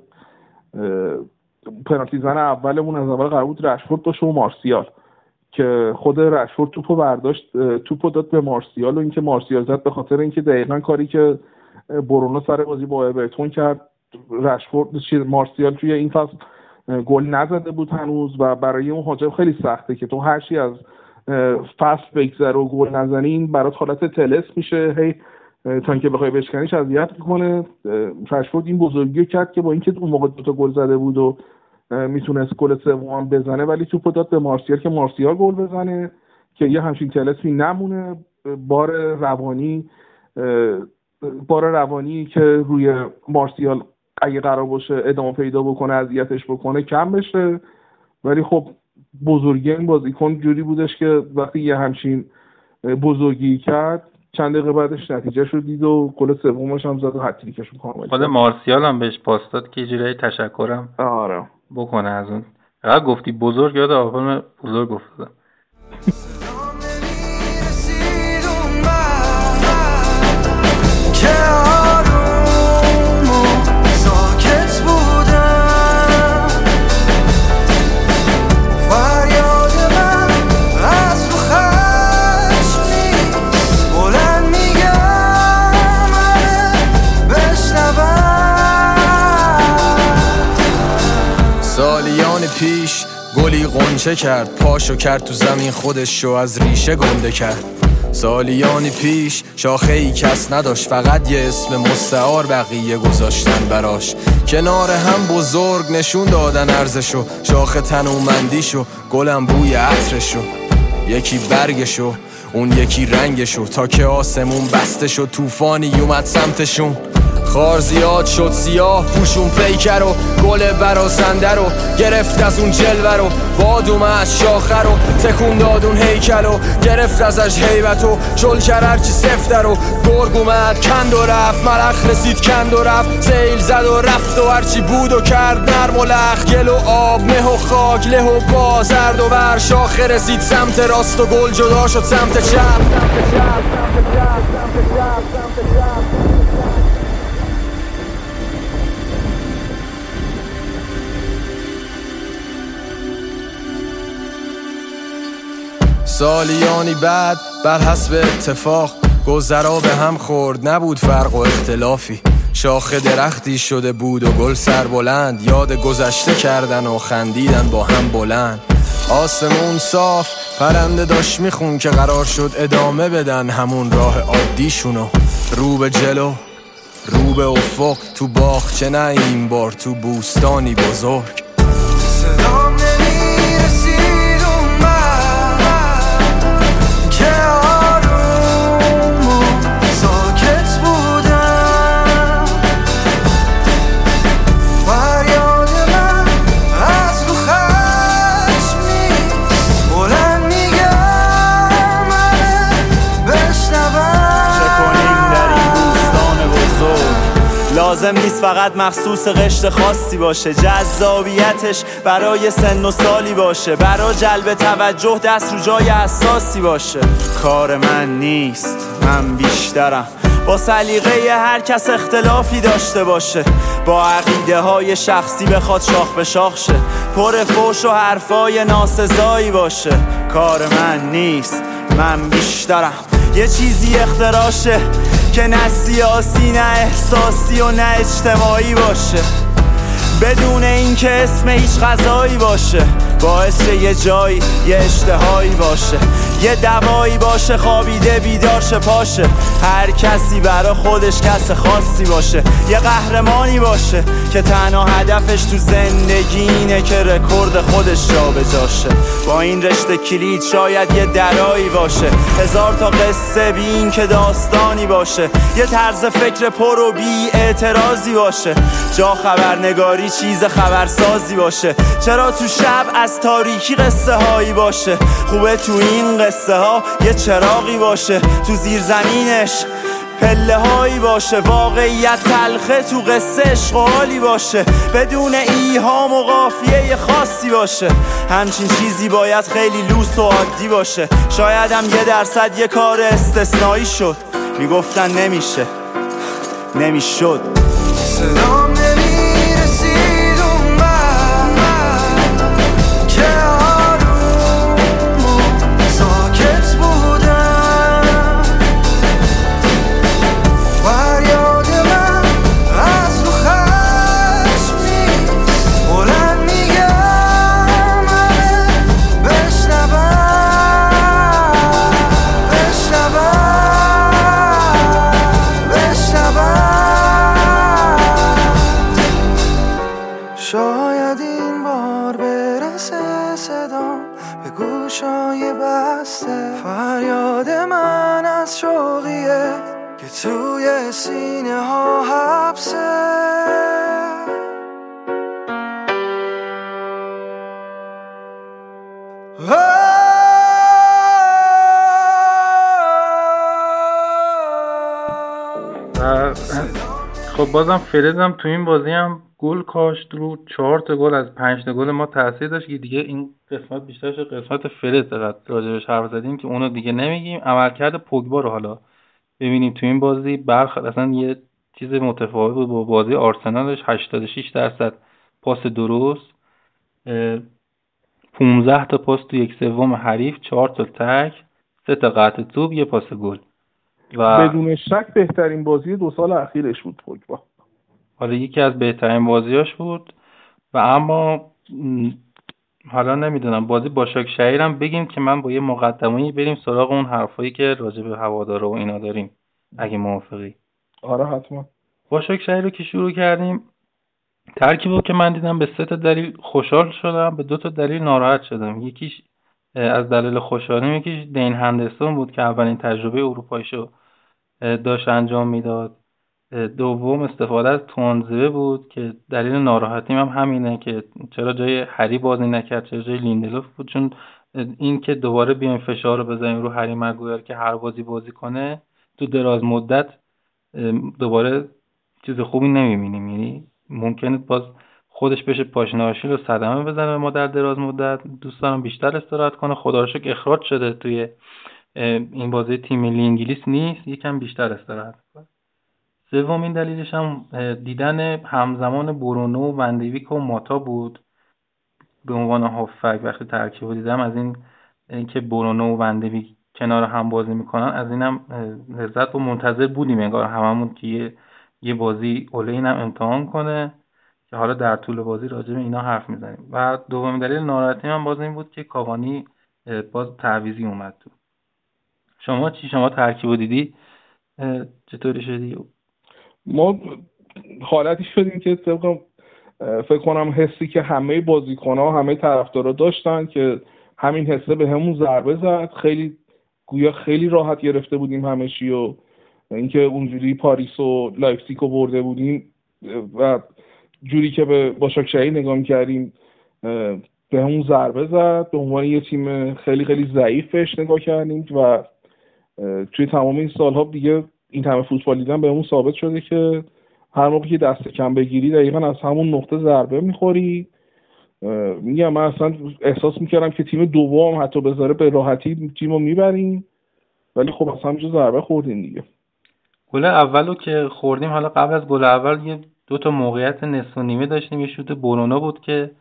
پنالتی زن اولمون از اول قرار بود راشفورد باشه و مارسیال، که خود راشفورد توپو برداشت توپو داد به مارسیال و اینکه مارسیال زد به خاطر اینکه دقیقاً کاری که برونو سر بازی با اورتون کرد. راشفورد مارسیال توی این فصل گل نزده بود هنوز و برای اون حاجب خیلی سخته که تو هر چی از فصل بگذره و گل نزنین برات حالت تلس میشه، هی تا اینکه بخوای بشکنیش اذیت میکنه. راشفورد این بزرگیو کرد که با اینکه اون موقع دو تا گل زده بود و میتونست گل سوم بزنه، ولی توپو داد به مارسیال که مارسیال گل بزنه که یه همچین تلسمی نمونه. بار روانی بار روانی که روی مارسیال اگه قرار باشه ادامه پیدا بکنه، اذیتش بکنه، کم بشه. ولی خب بزرگی این بازیکن جوری بودش که وقتی یه همچین بزرگی کرد چند دقیقه بعدش نتیجه شد دید و گل سومش هم زد و هتریکش رو کامل کرد. خود مارسیال هم بهش پاس داد که جوری تشکرم آره بکنه از اون. فقط گفتی بزرگ، یاد آقا بزرگ افتادم. سالیان پیش گلی غنچه کرد، پاشو کرد تو زمین خودشو از ریشه گنده کرد. سالیانی پیش شاخه ای کس نداشت، فقط یه اسم مستعار بقیه گذاشتن براش. کنار هم بزرگ نشون دادن ارزشو، شاخه تنومندیشو، گلم بوی عطرشو، یکی برگشو اون یکی رنگشو، تا که آسمون بسته شد طوفانی اومد سمتشون. خار زیاد شد سیاه پوشون پیکر و گل برازنده رو گرفت از اون جلوه رو، باد اومد شاخه رو تکون داد اون هیکل رو، گرفت ازش هیبت و شل کرد هرچی سفته رو. گرگ اومد کند و رفت، ملخ رسید کند و رفت، سیل زد و رفت و هرچی بود و کرد نرم و لخ. گل و آب، مه و خاک، له و با، زرد و بر، شاخه رسید سمت راست و گل جدا شد سمت چپ. سالیانی بعد بر حسب اتفاق گذرا به هم خورد، نبود فرق و اختلافی. شاخه درختی شده بود و گل سر بلند، یاد گذشته کردن و خندیدن با هم بلند. آسمون صاف، پرنده داشت میخون که قرار شد ادامه بدن همون راه عادیشونو. رو به جلو، رو به افق، تو باغچه نه این بار تو بوستانی بزرگ. صدام نمیرسید اومد که آروم و ساکت بودم، فریاد من از رو خشم نیست، بلند میگم لازم نیست فقط مخصوص قشر خاصی باشه، جذابیتش برای سن و سالی باشه، برای جلب توجه دست رو جای حساسی باشه. کار من نیست، من بیشترم، با سلیقه هر کس اختلافی داشته باشه، با عقیده های شخصی بخواد شاخ به شاخ شه، پر فوش و حرفای ناسزایی باشه. کار من نیست، من بیشترم، یه چیزی اختراشه که نه سیاسی نه احساسی و نه اجتماعی باشه، بدون اینکه اسم هیچ غذایی باشه، باعث یه جایی یه اشتهایی باشه، یه دوایی باشه خوابیده بیدار شه پاشه، هر کسی برا خودش کس خاصی باشه، یه قهرمانی باشه که تنها هدفش تو زندگی اینه که رکورد خودش جا به جاشه. با این رشته کلید شاید یه درایی باشه، هزار تا قصه بی این که داستانی باشه، یه طرز فکر پر و بی اعتراضی باشه، جا خبرنگاری چیز خبرسازی باشه، چرا تو شب از تاریکی قصه هایی باشه، خوبه تو این قصه ها یه چراغی باشه، تو زیر زمینش پله هایی باشه، واقعیت تلخه تو قصه عشق و حالی باشه، بدون ایهام و قافیه خاصی باشه، همچین چیزی باید خیلی لوس و عادی باشه، شاید هم یه درصد یه کار استثنایی شد، میگفتن نمیشه نمیشد. صدام نمیرسید اون بر که آروم و ساکت بودم، فریاد من از رو خشم نیست، بلند میگم همه بشنون بشنون بشنون. شاید این بار برسه صدام به گوشای بسته، فریاد من از شوقیه که توی سینه ها حبسه. و خب بازم فرزم تو این بازی هم گل کاشت، رو چهار تا گل از پنج تا گل ما تاثیر داشت که دیگه این قسمت بیشترش قسمت فرز دقیقا راجبش حرف زدیم که اونو دیگه نمیگیم. عملکرد پوگبا رو حالا ببینیم تو این بازی، برخ اصلا یه چیز متفاوت بود با بازی آرسنالش، هشتاد و شش درصد پاس درست، پانزده تا پاس تو یک سوم حریف، چهار تا تک، سه تا قطع توپ، یه پاس گل و بدون شک بهترین بازی دو سال اخیرش بود پوگبا. حالا یکی از بهترین بازیاش بود. و اما حالا نمیدونم بازی باشاکشهیر هم بگیم که من با یه مقدمه‌ای بریم سراغ اون حرفایی که راجع به هوادارا و اینا داریم اگه موافقی. آره حتما. باشاکشهیر رو که شروع کردیم، ترکیبو که من دیدم به سه تا دلیل خوشحال شدم، به دو تا دلیل ناراحت شدم. یکیش از دلیل خوشحالیم یکیش دین هندرسون بود که اولین تجربه اروپاییشو داشت انجام میداد. دوم استفاده از تونزوه بود که دلیل ناراحتیم هم همینه که چرا جای هری بازی نکرد، چرا جای لیندلوف بود، چون این که دوباره بیایم فشار رو بزنیم رو هری مگوایر که هر بازی بازی کنه تو دراز مدت دوباره چیز خوبی نمیبینیم، یعنی ممکنه باز خودش بشه پاشنه آشیل و صدمه بزنه ما در دراز مدت. دوست دارم بیشتر استراحت کنه، خدا رو شکر اخراج شده توی این بازی تیم ملی انگلیس نیست، یکم بیشتر استراحت کنه. سومین دلیلش هم دیدن همزمان برونو و وندویک و ماتا بود به عنوان هافک. وقتی ترکیب دیدم از این اینکه برونو و وندویک کنار هم بازی میکنن از اینم لذت و منتظر بودیم انگار هممون که یه یه بازی اولین هم امتحان کنه که حالا در طول بازی راجع به اینا حرف میزنیم. و دومین دلیل ناراحتی من باز این بود که کاوانی باز تعویضی اومد تو. شما چی؟ شما ترکیب دیدی چطوری شدی؟ ما حالتی شدیم که طبق فکر کنم حسی که همه بازیکن‌ها همه طرفدارا داشتن که همین حسه به همون ضربه زد، خیلی گویا خیلی راحت گرفته بودیم همه چی و اینکه اونجوری پاریس و لایپزیگ رو برده بودیم و جوری که به باشاکشهیر نگاه می‌کردیم به همون ضربه زد. به عنوان یه تیم خیلی خیلی ضعیفش نگاه کردیم و توی تمام این سال‌ها دیگه این همه فوتبال دیدن به همون ثابت شده که هر موقع که دست کم بگیری دقیقاً از همون نقطه ضربه میخوری. میگم من اصلا احساس میکردم که تیم دوم حتی بذاره به راحتی تیمو میبریم، ولی خب اصلا همینجا ضربه خوردیم دیگه. گل اولو که خوردیم، حالا قبل از گل اول یه دو تا موقعیت نصف و نیمه داشتیم. یه شوت برونو بود که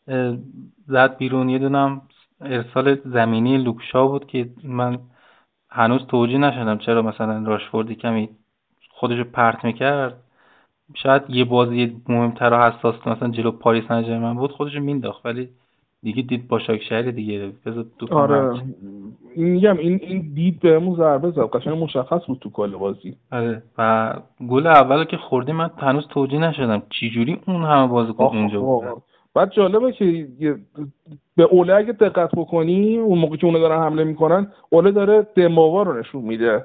زد بیرون، یه دونم ارسال زمینی لوکشا بود که من هنوز توجیه نشدم چرا مثلا راشفوردی کمی خودشو پرت میکرد. شاید یه بازی مهمتر و حساس مثلا جلو پاریس سن ژرمن بود خودشو مینداخت، ولی دیگه دید باشاکشهر دیگه بذار تو. آره میگم این این دید بهمون ضربه زد، قشنگ مشخص بود تو کل بازی. آره و گل اولو که خوردیم من هنوز توجیه نشدم چی جوری اون همه بازیکن اونجا بود. بعد جالبه که به اوله اگه دقت بکنی اون موقع که اونا دارن حمله میکنن، اوله داره دمباوا رو نشون میده.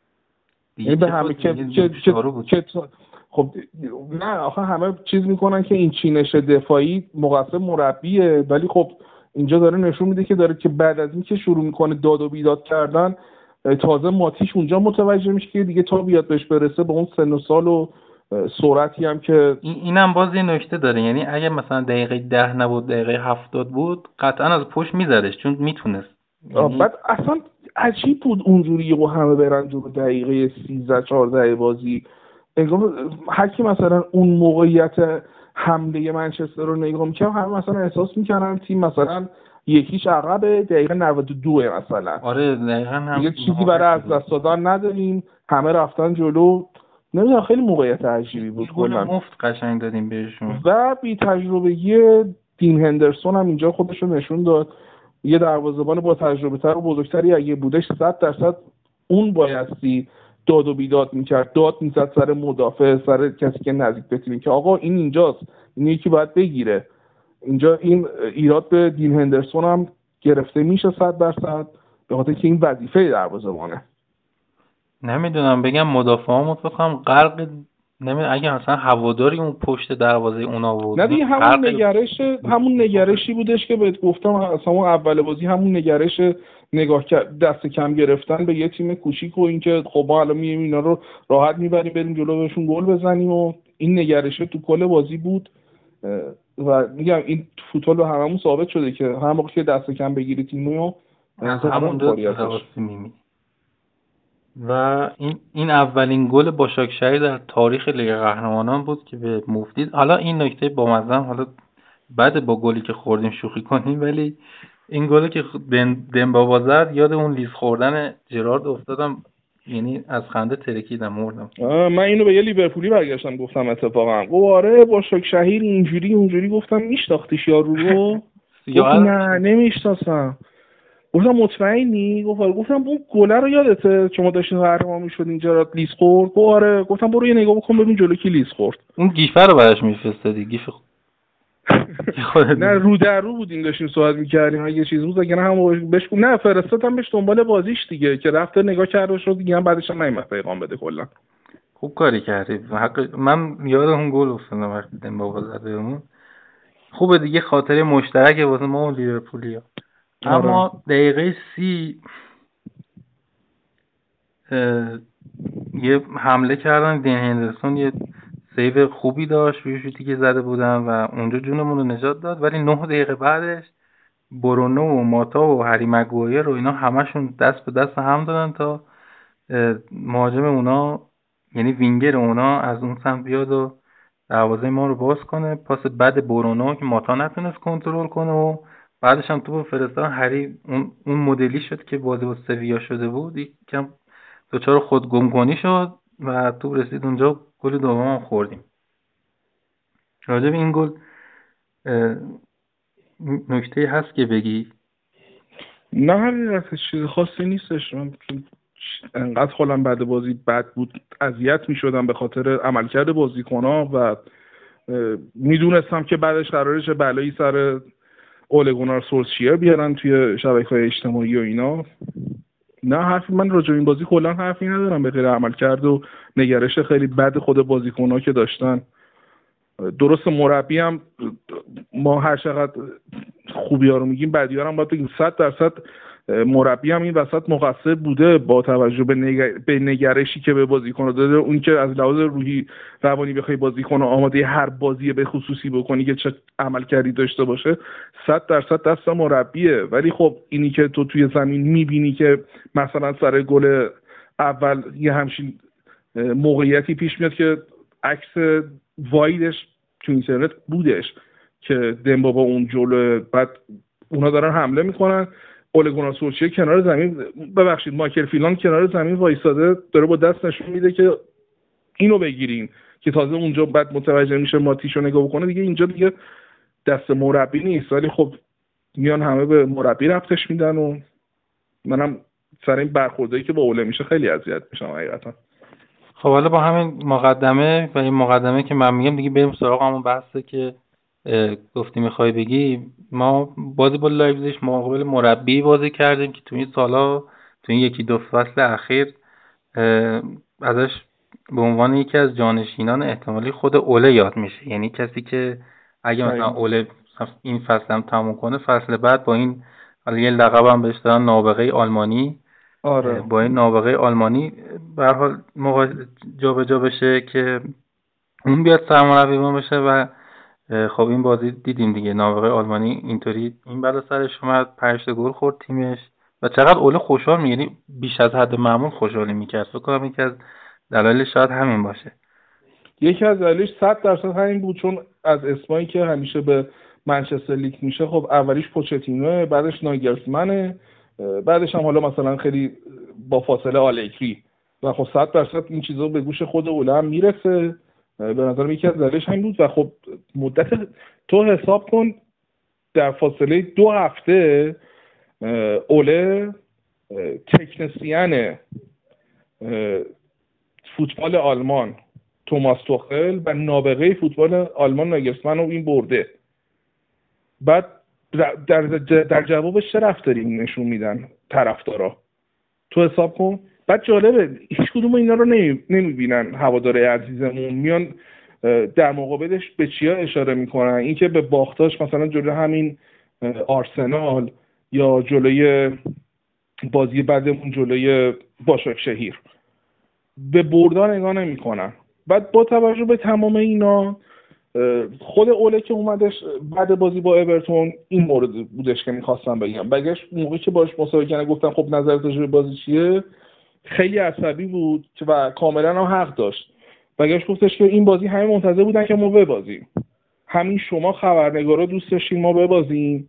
این به همه که که که خب نه آخه همه چیز میکنن که این چینش دفاعی مقصر مربیه، ولی خب اینجا داره نشون میده که داره که بعد از این که شروع میکنه داد و بیداد کردن، تازه ماتیش اونجا متوجه میشه که دیگه تا بیاد بهش برسه به اون سن و سال و سرعتی هم که اینم باز یه نکته داره. یعنی اگه مثلا دقیقه ده نبود دقیقه هفتاد بود قطعا از پشت میزدش چون میتونست. یعنی... بعد اصلا عجیب بود اونجوری و همه برن جلو دقیقه سیزده چهارده بازی. انگار هر کی مثلا اون موقعیت حمله منچستر رو نگاه میکنه همه مثلا احساس میکنن تیم مثلا یکیش عقبه دقیقه نود و دو مثلا. آره دقیقاً هم یه چیزی برای از دست دادن نداریم، همه رفتن جلو. نمیدونم خیلی موقعیت عجیبی بود. گل مفت قشنگ دادیم بهشون و بی تجربگی دین هندرسون هم اینجا خودش رو نشون داد. یه دروازه‌بان با تجربه تر و بزرگتری اگه بودش صد درصد اون بایستی داد و بیداد میکرد، داد میزد سر مدافع، سر کسی که نزدیک به تیم که آقا این اینجاست، این یکی باید بگیره. اینجا این ایراد به دین هندرسون هم گرفته میشه صد درصد به خاطر که این وظیفه دروازه‌بانه. نمیدونم بگم مدافعامو فکرم غرق، نمیدونم اگه مثلا هواداری اون پشت دروازه اونا بود. نه دیگه همون نگرش همون نگرشی بودش که بهت گفتم اصلا اول بازی، همون نگرش نگاه دست کم گرفتن به یه تیم کوچیک و اینکه خب ما الان میایم اینا رو راحت میبریم بریم جلو بهشون گل بزنیم و این نگرشه تو کل بازی بود. و میگم این فوتبال به هممون ثابت شده که هر موقع که دست کم بگیری تیمو همون درست می‌بینی. و این این اولین گل باشاکشهری در تاریخ لیگ قهرمانان بود که به مفتی. حالا این نکته بامزه، حالا بعد با گلی که خوردیم شوخی کنیم، ولی این گلی که دمبابا زد یاد اون لیز خوردن جرارد افتادم، یعنی از خنده ترکیدم مردم. من اینو به یه لیورپولی برگشتم گفتم اتفاقا گفت آره باشاکشهری اینجوری اونجوری، گفتم میشناختیش یارو رو؟ گفت نه نمیشناسم. گفتم مطمئنی؟ گفت آره. گفتم اون گله رو یادته شما داشتین قهرمان میشدین جرارد لیز خورد؟ گفت آره. گفتم برو یه نگاه بکن ببین جلو کی لیز خورد. اون گیفه رو براش میفرستادی؟ گیف نه رو در رو بودیم داشتیم صحبت می‌کردیم اگه چیز بود اگه نه هم بهش نه فرستادم بهش دنبال بازیش دیگه که رفته نگاه کرده شد دیگه، هم بعدش هم نمیاد پیغام بده. کلا خوب کاری کردی. حق من یاد اون گل افتادم وقتی دمبابا زد اون. خوبه دیگه خاطره مشترکه واسه ما و لیورپولیا. اما دقیقه سی یه حمله کردن، دین هندرسون یه سیو خوبی داشت روی شوتی که زده بودن و اونجا جونمون رو نجات داد، ولی نه دقیقه بعدش برونو و ماتا و هری مگوایر رو اینا همشون دست به دست هم دادن تا مهاجم اونا یعنی وینگر اونا از اون سمت بیاد و دروازه ما رو باز کنه. پاس بد برونو که ماتا نتونست کنترل کنه و بعدش هم توپ فرستادن هری اون اون مدلی شد که بازی با سویا شده بود، یکم دوچار خود گمگونی شد و توپ رسید اونجا گل دوم خوردیم. راجع به این گل نکته هست که بگی؟ نه حقیقتش چیز خاصی نیستش. من انقدر حالم بعد بازی بد بود اذیت می‌شدم به خاطر عملکرد بازیکن‌ها و میدونستم که بعدش قراره چه بلایی سر اول گونار سولشیر بیارن توی شبکه‌های اجتماعی و اینا. نه حرفی من راجع به این بازی کلا حرفی ندارم به غیر عملکرد و نگرش خیلی بد خود بازیکن‌ها که داشتن. درست مربی هم ما هر چقدر خوبی‌ها رو میگیم بدی‌ها هم باید بگیم صد درصد مربی هم این وسط مقصر بوده با توجه به, نگر... به نگرشی که به بازیکن داده. اون که از لحاظ روحی روانی بخوای بازیکن آماده هر بازی به خصوصی بکنی که چه عملکردی داشته باشه، صد درصد دست مربیه. ولی خب اینی که تو توی زمین میبینی که مثلا سر گل اول یه همچین موقعیتی پیش میاد که عکس وایدش تو اینترنت بودش که دمبا با اون جلو، بعد اونا دارن حمله میکنن، اول گونار سولشیر کنار زمین، ببخشید مایکل فیلان کنار زمین وایساده داره با دست نشون میده که اینو بگیرین، که تازه اونجا بعد متوجه میشه ماتیشو نگاه بکنه دیگه اینجا دیگه دست مربی نیست. ولی خب میان همه به مربی ربطش میدن و منم سر این برخوردایی که با اوله میشه خیلی اذیت میشم حقیقتا. خب حالا با همین مقدمه و این مقدمه که من میگم دیگه بریم سراغ همون بحثه که گفتی میخوای بگی. ما بازی با لایپزیگ مقابل مربی بازی کردیم که تو این سالا تو این یکی دو فصل اخیر ازش به عنوان یکی از جانشینان احتمالی خود اوله یاد میشه، یعنی کسی که اگه مثلا اوله این فصل هم تموم کنه فصل بعد با این حالا یه لقب هم بهش دادن نابغه آلمانی، آره با این نابغه آلمانی به هر حال موقع جابجا بشه که اون بیاد سرمربی بشه. و خب این بازی دیدیم دیگه نابغه آلمانی اینطوری این بلا سرش اومد، پنج تا گل خورد تیمش و چقدر اوله خوشحال می، یعنی بیش از حد معمول خوشحالی میکرد. فکر کنم یکی از دلایلش شاید همین باشه. یکی از دلایلش صد درصد همین بود، چون از اسمایی که همیشه به منچستر لیگ میشه خب اولیش پوچتینو، بعدش ناگلزمنه، بعدش هم حالا مثلا خیلی با فاصله آلگری و خب صد درصد این چیزا به گوش خود اوله هم میرسه. به نظرم یکی از دلایلش همین بود. و خب مدت تو حساب کن در فاصله دو هفته اوله تکنسین فوتبال آلمان توماس توخل و نابغه فوتبال آلمان ناگلزمن رو این برده. بعد در در جوابش چه رفتاری نشون میدن طرفدارا تو حساب کن. بعد جالبه هیچ کدوم اینا رو نمیبینن هواداره عزیزمون، میان در مقابلش به چیا اشاره میکنن؟ اینکه به باختاش مثلا جلوی همین آرسنال یا جلوی بازی بعدمون جلوی باشاکشهیر به بردن نگاه نمیکنن. بعد با توجه به تمام اینا خود اوله که اومدش بعد بازی با اورتون این مورد بودش که میخواستم بگم، بگش موقعی که باش مسابقه کردن گفتم خب نظرت راجع به بازی چیه، خیلی عصبی بود و کاملا هم حق داشت. بگش گفتش که این بازی همه منتظر بودن که ما ببازیم، همین شما خبرنگارا دوست داشتین ما ببازیم.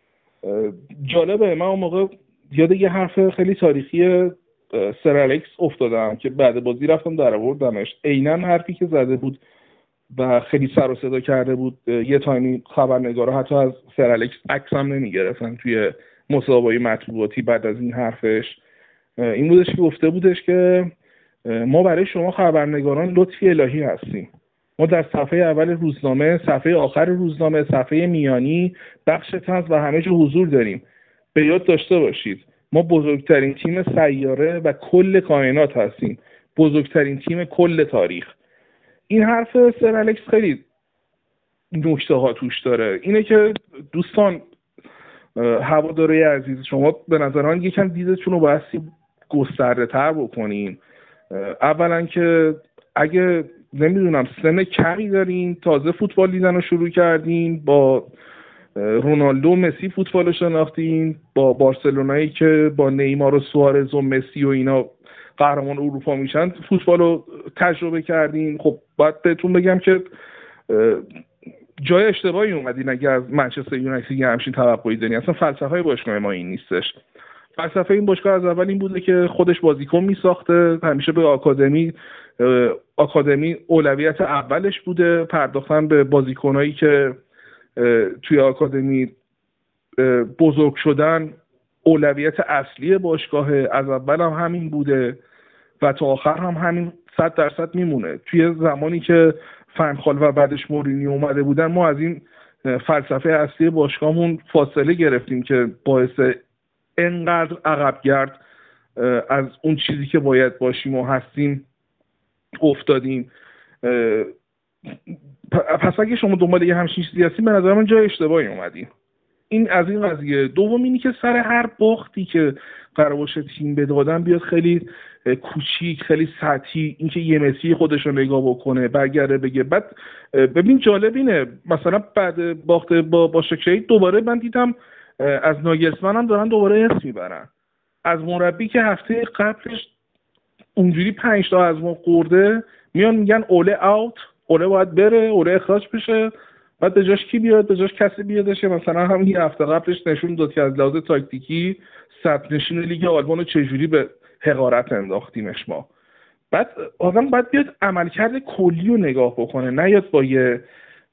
جالبه من اون موقع یاد یه حرف خیلی تاریخی سر الکس افتادم که بعد بازی رفتم در آوردمش، عیناً حرفی که زده بود و خیلی سر و صدا کرده بود. یه تایمی خبرنگارا حتی از سر الکس عکس هم نمیگرفتن توی مصاحبه‌های مطبوعاتی بعد از این حرفش. این بودش که گفته بودش که ما برای شما خبرنگاران لطفی الهی هستیم، ما در صفحه اول روزنامه، صفحه آخر روزنامه، صفحه میانی، بخش طنز و همه جا حضور داریم. به یاد داشته باشید ما بزرگترین تیم سیاره و کل کائنات هستیم، بزرگترین تیم کل تاریخ. این حرف سر الکس خیلی نکته ها توش داره. اینه که دوستان هواداری عزیز، شما به نظر من یکم دیدتون رو بایستی گسترده تر بکنین. اولا که اگه نمیدونم سن کمی دارین، تازه فوتبال دیدن رو شروع کردین، با رونالدو و مسی فوتبال رو شناختین، با بارسلونایی که با نیمار و سوارز و مسی و اینا قهرمان اروپا میشن فوتبال رو تجربه کردین، خب باید بهتون بگم که جای اشتباهی اومدین اگه از منچستر یونایتد یه همچین توقعی دارین. اصلا فلسفه باشگاه ما این نیستش. فلسفه این باشگاه از اول این بوده که خودش بازیکن میساخته، همیشه به آکادمی آکادمی اولویت اولش بوده، پرداختن به بازیکنایی که توی آکادمی بزرگ شدن اولویت اصلی باشگاه، از اول هم همین بوده و تا آخر هم همین صد درصد میمونه. توی زمانی که فنخال و بعدش مورینی اومده بودن ما از این فلسفه اصلی باشگاهمون فاصله گرفتیم که باعث انقدر عقب گرد از اون چیزی که باید باشیم و هستیم افتادیم. پس اگه شما دنبال یه همچین چیزی هستیم به نظر من جای اشتباهی اومدیم. این از این قضیه. دوم اینی که سر هر باختی که قرار باشه تیم به دادن بیاد خیلی کوچیک، خیلی سطحی، اینکه یه مسی خودش رو نگاه بکنه برگرده بگه. بعد ببین جالب اینه مثلا بعد باخت با با شکری دوباره من دیدم از ناگلزمن هم دارن دوباره اسم میبرن، از مربی که هفته قبلش اونجوری پنج تا از ما خورده میان میگن اوله اوت، اوله باید بره، اوله اخراج بشه. بعد به جاش کی بیاد؟ به جاش کسی بیادش مثلا همین هفته قبلش نشون داد که از لحاظ تاکتیکی صدر نشین لیگ آلمان رو چجوری به حقارت انداختیمش ما. بعد آدم باید بیاد عملکرد کلی رو نگاه بکنه، نه یاد با یه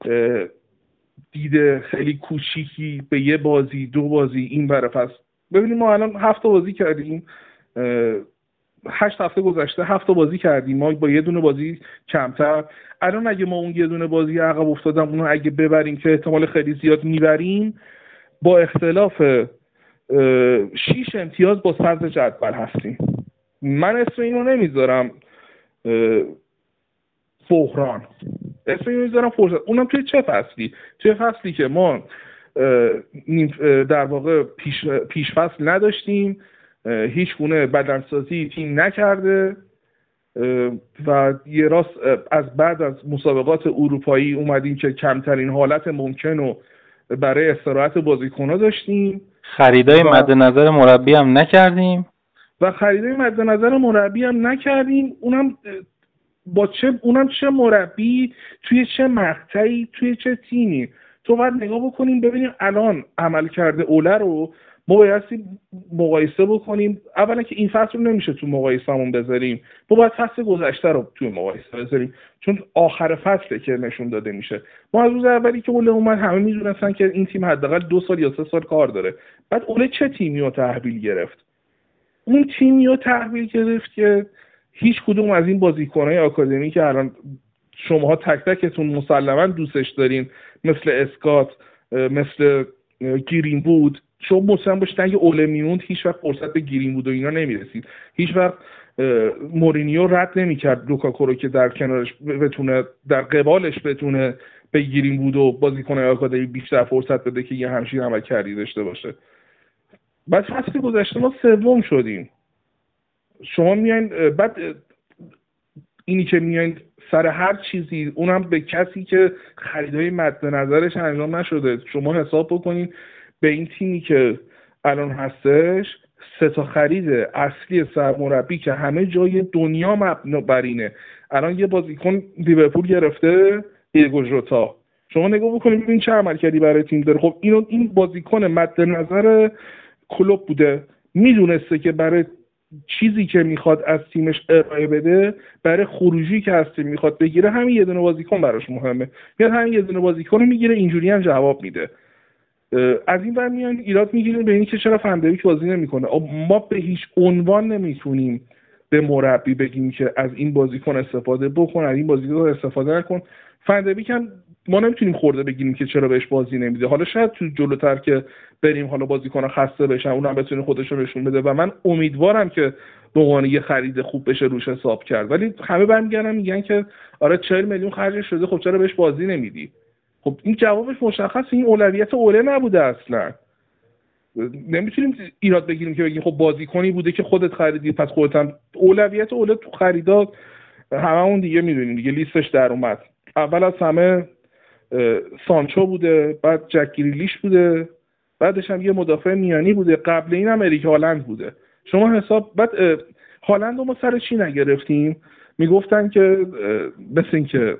دید خیلی کوچیکی به یه بازی دو بازی این بره. پس ببینیم ما الان هفت بازی کردیم، هشت هفته گذشته هفت بازی کردیم، ما با یه دونه بازی کمتر. الان اگه ما اون یه دونه بازی عقب افتادم اونو اگه ببریم که احتمال خیلی زیاد میبریم، با اختلاف شیش امتیاز با صدر جدول هستیم. من اسم اینو نمیذارم بحران، اسم اینو میذارم فرصت. اونم توی چه فصلی؟ توی فصلی که ما در واقع پیش, پیش فصل نداشتیم، هیچ گونه بدنسازی تیم نکرده و یه راست از بعد از مسابقات اروپایی اومدیم که کمترین حالت ممکن رو برای استراحت بازیکن‌ها داشتیم، خریدای و... مد نظر مربی هم نکردیم و خریدای مد نظر مربی هم نکردیم. اونم با چه اونم چه مربی توی چه مقطعی توی چه تیمی. تو باید نگاه بکنیم ببینیم الان عمل کرده اوله رو ما بایستی مقایسه بکنیم. اولا که این فصل رو نمیشه تو مقایسه همون بذاریم، ما باید فصل گذشته رو تو مقایسه بذاریم چون آخر فصله که نشون داده میشه. ما از روز اولی که اوله اومد همه میدونستن که این تیم حداقل دو سال یا سه سال کار داره. بعد اوله چه تیمی رو تحویل گرفت؟ اون تیمی رو تحویل گرفت که هیچ کدوم از این بازیکن‌های آکادمی که الان شماها تک تکتون مسلماً دوستش دارین، مثل اسکات، مثل گیرین بود، شما مطمئن باشید اگه اوله میموند هیچ وقت فرصت به گیرین بود و اینا نمیرسید. هیچ وقت مورینیو رد نمیکرد لوکاکو رو که در کنارش بتونه در قبالش بتونه به گیرین بود و بازیکن آکادمی بیشتر فرصت بده که یه همچین عملکردی داشته باشه. بعد فصل گذشته ما سوم شدیم. شما میاین بعد اینی که میاین سر هر چیزی، اونم به کسی که خریدای مد نظرش انجام نشده. شما حساب بکنین به این تیمی که الان هستش سه تا خرید اصلی سرمربی که همه جای دنیا مبنا بر اینه. الان یه بازیکن لیورپول گرفته، دیگو ژوتا. شما نگاه بکنید ببین چه عملکردی برای تیم داره. خب اینو این بازیکن مد نظر کلوب بوده، میدونسته که برای چیزی که میخواد از تیمش ارائه بده، برای خروجی که از تیم میخواد بگیره، همین یه دونه بازیکن براش مهمه. میاد همین یه دونه بازیکن رو میگیره، اینجوری هم جواب میده. از این ور میان ایراد میگیریم به این که چرا فندویک بازی نمیکنه. ما به هیچ عنوان نمیتونیم به مربی بگیم که از این بازیکن استفاده بکن، از این بازیکن استفاده نکن. فندویک هم ما نمیتونیم خورده بگیریم که چرا بهش بازی نمیده. حالا شاید تو جلوتر که بریم حالا بازیکن خسته بشن اونم بتونه خودش رو نشون بده و من امیدوارم که به عنوان یه خرید خوب بشه روش حساب کرد. ولی همه برمیگردن میگن که آره چهل میلیون خرج شده، خب چرا بهش بازی نمیدی؟ خب این جوابش مشخصه، این اولویت اوله نبوده اصلا. نمیتونیم ایراد بگیریم که بگیم خب بازیکنی بوده که خودت خریدی پس خودت هم. اولویت اوله تو خریدات هممون دیگه میدونیم دیگه، لیستش در اومد. اول از همه سانچو بوده، بعد جک گریلیش بوده، بعدش هم یه مدافع میانی بوده، قبل این هم اریک هالند بوده. شما حساب بعد هالند رو ما سر چی نگرفتیم؟ میگفتن که مثل این که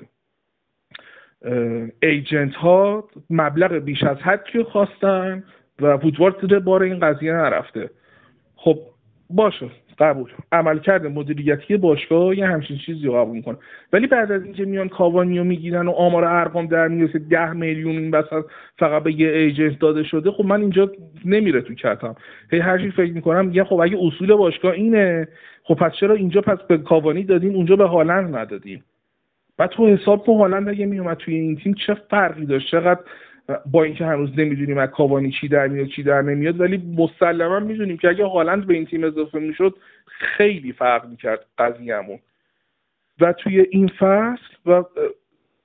ایجنت ها مبلغ بیش از حدی خواستن و وودوارد بار این قضیه نرفته. خب باشه قبول، عملکرد مدیریتی باشگاه یه همچین چیزی رو قبول میکنه. ولی بعد از اینکه میان کاوانیو میگیرن و آمار ارقام در میاد ده میلیون این بساط فقط به یه ایجنت داده شده، خب من اینجا نمیره تو کتم. هی هر چی فکر میکنم میگم خب اگه اصول باشگاه اینه، خب پس چرا اینجا پس به کاوانی دادین اونجا به هالند ندادین؟ بعد تو حساب کن هالند اگه میومد توی این تیم چه فرقی داشت، چقدر با اینکه هنوز نمیدونیم از کاوانی چی در میاد چی در نمیاد، ولی مسلما میدونیم که اگه هالند به این تیم اضافه میشد خیلی فرق میکرد قضیه‌مون. و توی این فصل و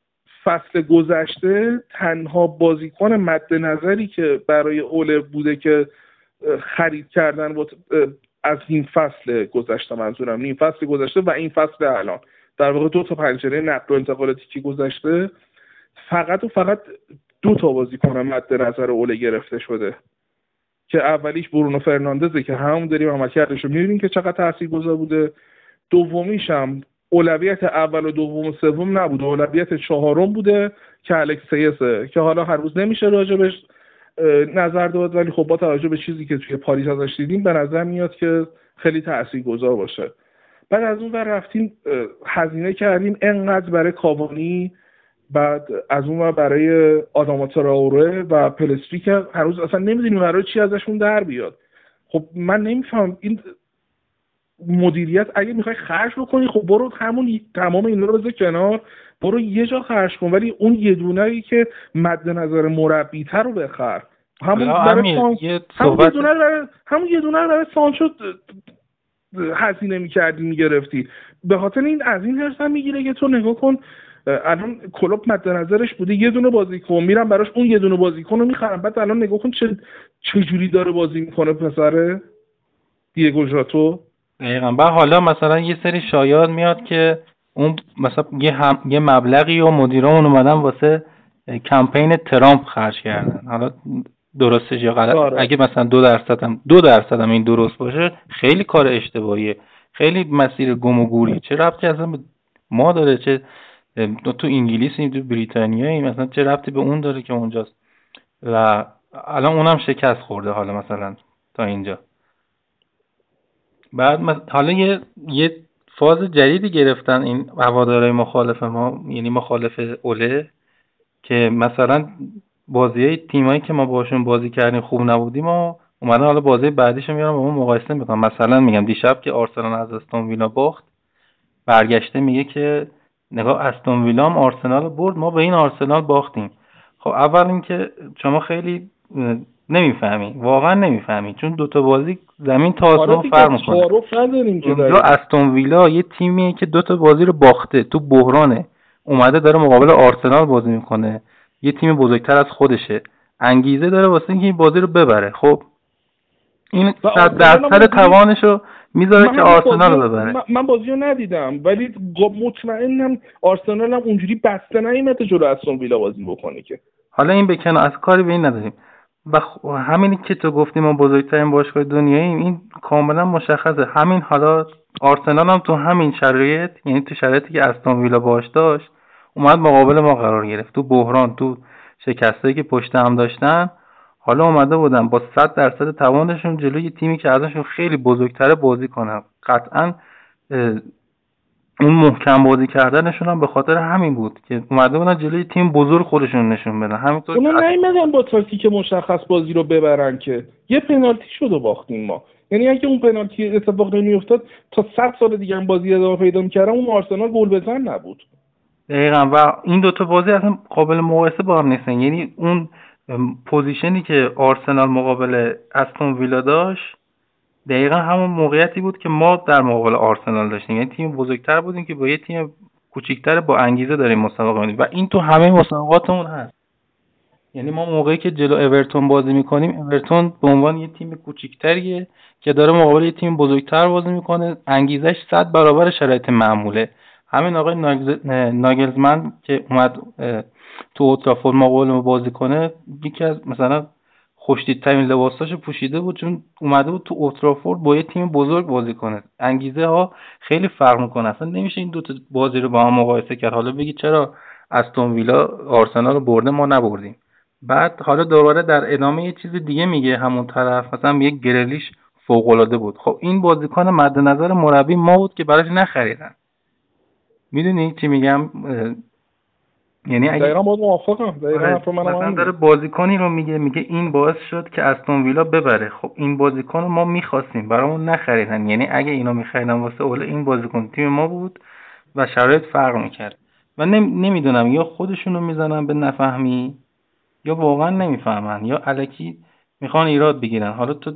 فصل گذشته تنها بازیکن مد نظری که برای اوله بوده که خرید کردن با از این فصل گذشته، منظورم این فصل گذشته و این فصل الان، در واقع دو تا پنجره نقل و انتقالاتی که گذشته، فقط و فقط دو تا بازیکن مد نظر اوله گرفته شده که اولیش برونو فرناندزه که همون داریم عملکردش رو می‌بینیم که چقدر تاثیرگذار بوده. دومیش هم اولویت اول و دوم و سوم نبوده، اولویت چهارم بوده که الکس تیسه که حالا هر روز نمیشه راجبش نظر داد، ولی خب با توجه به چیزی که توی پاریس ازش دیدیم به نظر میاد که خیلی تاثیرگذار باشه. بعد از اون ور رفتیم هزینه کردیم انقدر برای کاوانی، بعد از اون ور برای آداما تراوره و پلستری که هر روز اصلا نمیدونیم برای چی ازشون در بیاد. خب من نمیفهم این مدیریت، اگه میخوای خرج بکنی خب برو همون تمام اینا رو بذار کنار، برو یه جا خرج کن، ولی اون یه دونه‌ای که مد نظر مربی‌تر رو بخر. همون برای سان... همون یه دونه برای همون یه دونه برای سانچو هزینه می‌کردی می‌گرفتی. به خاطر این از این حرص هم میگیره که تو نگاه کن الان کلوب مد نظرش بوده یه دونه بازیکن میرم براش اون یه دونه بازیکن رو می‌خرم، بعد الان نگاه کن چه چه جوری داره بازی می‌کنه پسره دیگو ژاتو. دقیقاً. بعد حالا مثلا یه سری شایعات میاد که اون مثلا یه هم یه مبلغی و مدیرامون اومدن واسه کمپین ترامپ خرج کردن. حالا درستش یا غلط داره. اگه مثلا دو درصد هم دو درصد هم این درست باشه خیلی کار اشتباهیه، خیلی مسیر گم و گوری. چه ربطی اصلا ما داره؟ چه تو انگلیسیم، تو بریتانیاییم، مثلا چه ربطی به اون داره که اونجاست؟ و الان اونم شکست خورده حالا مثلا تا اینجا. بعد حالا یه یه فاز جدیدی گرفتن این هوادارهای مخالف ما، یعنی مخالف اوله، که مثلا بازیای تیمایی که ما باشون بازی کردیم خوب نبودیم و اومدن حالا بازی بعدیشو میارن با ما مقایسه میکنن. مثلا میگم دیشب که آرسنال از استون ویلا باخت، برگشته میگه که نگاه استون ویلا هم آرسنال برد، ما به این آرسنال باختیم. خب اول اینکه شما خیلی نمیفهمی، واقعا نمیفهمی، چون دوتا بازی زمین تا آسمون فرق میکنه. اونجا استون ویلا یه تیمیه که دوتا بازی رو باخته، تو بحرانه، اومده داره مقابل آرسنال بازی میکنه، یه تیم بزرگتر از خودشه، انگیزه داره واسه اینکه این بازی رو ببره. خب این صد درصد توانشو میذاره که آرسنال رو ببره. من بازی رو ندیدم ولی مطمئنم آرسنال هم اونجوری بسته نیومده جلو استون ویلا بازی بکنه که. حالا این بکنه، از کاری به این نداریم. و همینی که تو گفتی ما بزرگترین باشگاه دنیاییم، این کاملا مشخصه. همین حالا آرسنال هم تو همین شرایط، یعنی تو شرایطی که استون ویلا باش داشت، اومد مقابل ما قرار گرفت، تو بحران، تو شکستایی که پشت هم داشتن، حالا اومده بودن با صد درصد توانشون جلوی تیمی که ازشون خیلی بزرگتره بازی کنن. قطعاً اون محکم بازی کردنشون هم به خاطر همین بود که اومده بودن جلوی تیم بزرگ خودشون نشون بدن. همینطور اونا نیومدن با تاکتیک مشخص بازی رو ببرن که یه پنالتی شد و باختیم ما. یعنی اگه اون پنالتی اتفاق نمیافتاد تا صد سال دیگه هم بازی ادامه پیدا می‌کردن، اون آرسنال گل بزن نبود. دقیقاً. و این دوتا بازی اصلا قابل مقایسه با هم نیستن. یعنی اون پوزیشنی که آرسنال مقابل استون ویلا داشت دقیقاً همون موقعیتی بود که ما در مقابل آرسنال داشتیم. یعنی تیم بزرگتر بودیم که با یه تیم کوچیک‌تر با انگیزه داریم مسابقه می‌کنیم و این تو همه مسابقاتمون هست. یعنی ما موقعی که جلو اورتون بازی می‌کنیم، اورتون به عنوان یه تیم کوچیک‌تریه که داره مقابل یه تیم بزرگتر بازی می‌کنه، انگیزش صد برابر شرایط معموله. همین آقای ناگلزمن که اومد تو اوترافورد مقابل ما بازی کنه، یکی از مثلا خوش‌تیپ‌ترین لباساشو پوشیده بود چون اومده بود تو اوترافورد با یه تیم بزرگ بازی کنه. انگیزه ها خیلی فرق میکنه. اصلا نمیشه این دو تا بازی رو با هم مقایسه کرد. حالا بگی چرا استون ویلا آرسنال رو برده ما نبردیم. بعد حالا دوباره در ادامه یه چیز دیگه میگه همون طرف، مثلا میگه گرلیش فوق‌العاده بود. خب این بازیکن مد نظر مربی ما بود که براش نخریدن. میدونی چی میگم؟ یعنی اگه دقیقاً باید موافقم. دقیقاً مثلا داره بازیکنی رو میگه میگه این باعث شد که استون ویلا ببره. خب این بازیکن رو ما میخواستیم، برامون نخریدن. یعنی اگه اینو میخریدن واسه اول این بازیکن تیم ما بود و شرایط فرق میکرد. و نم... نمیدونم یا خودشونو میزنن به نفهمی یا واقعا نمیفهمن یا الکی میخوان ایراد بگیرن. حالا تو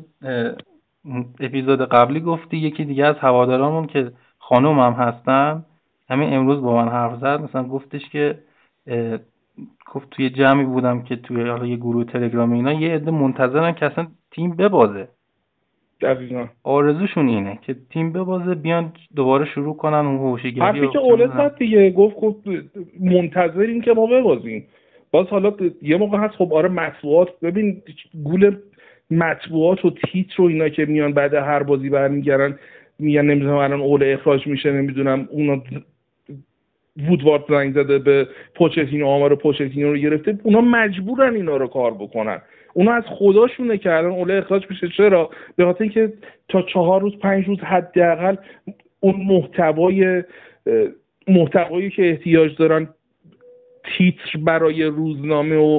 اپیزود قبلی گفتی یکی دیگه از هوادارامون که خانوم هم هستن، همین امروز با من حرف زد، مثلا گفتش که گفت توی جمعی بودم که توی حالا یه گروه تلگرام اینا یه عده منتظرن که اصلا تیم ببازه. دقیقاً آرزوشون اینه که تیم ببازه بیان دوباره شروع کنن اون هوشیگری. حرفی که اولد زد دیگه، گفت خب منتظریم که ما ببازیم. باز حالا یه موقع هست خب آره مطبوعات، ببین گول مطبوعات و تیتر و اینا که میان بعد هر بازی برمیگردن میگن نمیدونم الان اول اخراج میشه، نمیدونم اونا وودوارد زنگ زده به پوچتینو، آمار پوچتینو رو گرفته، اونا مجبورن اینا رو کار بکنن. اونا از خداشونه که الان اول اخراج میشه. چرا؟ به خاطر اینکه تا چهار روز پنج روز حداقل اون محتوای محتوایی که احتیاج دارن تیتر برای روزنامه و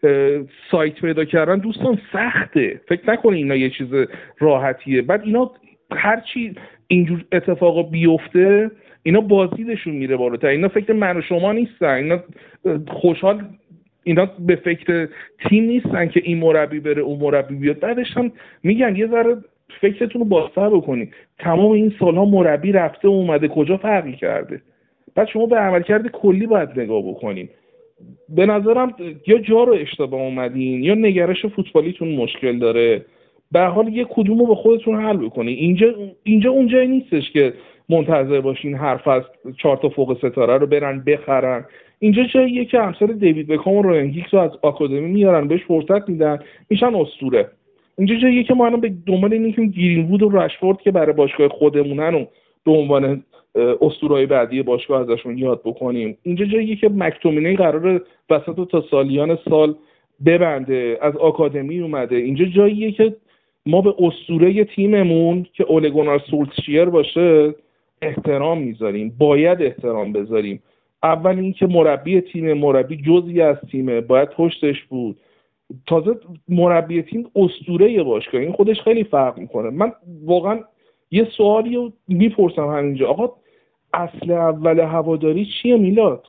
سایت پیدا کردن دوستان سخته. فکر نکنه اینا یه چیز راحتیه. بعد اینا هرچی اینجور اتفاقا بیفته اینا بازدیدشون میره بالاتر. اینا فکر من و شما نیستن، اینا خوشحال، اینا به فکر تیم نیستن که این مربی بره اون مربی بیاد. بعدش هم میگن یه ذره فکرتون رو بازتر بکنید. تمام این سالها مربی رفته و اومده، کجا فرقی کرده؟ بعد شما به عملکرد کلی باید نگاه بکنین. به نظرم یا جا رو اشتباه اومدین یا نگرش فوتبالیتون مشکل داره. به هر حال یک کدومو به خودتون حل بکنین. اینجا اینجا اونجایی نیستش که منتظر باشین هر فصل چهار تا فوق ستاره رو برن بخرن. اینجا جاییه که امثال دیوید بکام و روین گیگز رو از آکادمی میارن، بهش فرصت میدن، میشن اسطوره. اینجا جاییه که ما الان به دنبال اینیم که گرین وود و رشفورد که برای باشگاه خودمونن و به عنوان اسطوره‌های بعدی باشگاه ازشون یاد بکنیم. اینجا جاییه که مکتومینی قراره وسط تا سالیان سال ببنده، از آکادمی اومده. اینجا جاییه که ما به اسطوره تیممون که اوله گونار سولشیر باشه احترام میذاریم، باید احترام بذاریم. اول این که مربی تیم، مربی جزئی از تیمه، باید پشتش بود. تازه مربی تیم اسطوره باشگاه، این خودش خیلی فرق میکنه. من واقعا یه سوالی رو میپرسم همینجا، آقا اصل اول هواداری چیه میلاد؟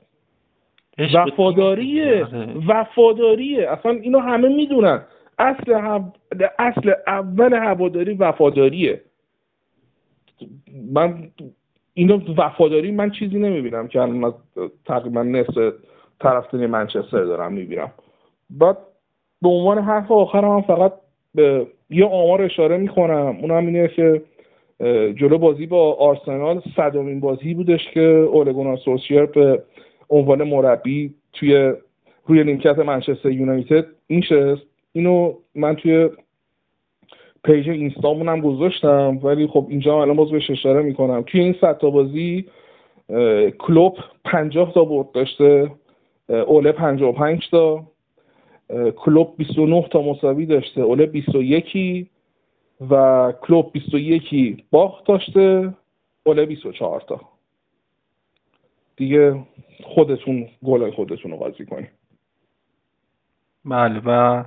وفاداریه. وفاداریه اصلا اینو همه میدونن. اصل هو... اصل اول هواداری وفاداریه. من اینو وفاداری من چیزی نمیبینم که من تقریبا نصف طرفداری منچستر دارم میبینم. بعد به عنوان حرف آخر هم فقط به یه آمار اشاره میکنم، اونم اینه که جلو بازی با آرسنال صدمین بازی بودش که اوله گونار سولشیر به عنوان مربی توی روی نیمکت منچستر یونایتد میشست. اینو من توی پیج اینستامون هم گذاشتم، ولی خب اینجا الان باز بهش اشاره میکنم. توی این صد تا بازی کلوب پنجاه تا برد داشته، اوله پنجاه و پنج تا، کلوب بیست و نه تا مساوی داشته، اوله بیست و یک و کلوب بیست و یک باخت داشته، اوله بیست و چهار تا. دیگه خودتون گلای خودتون رو قاضی کنید. بله. و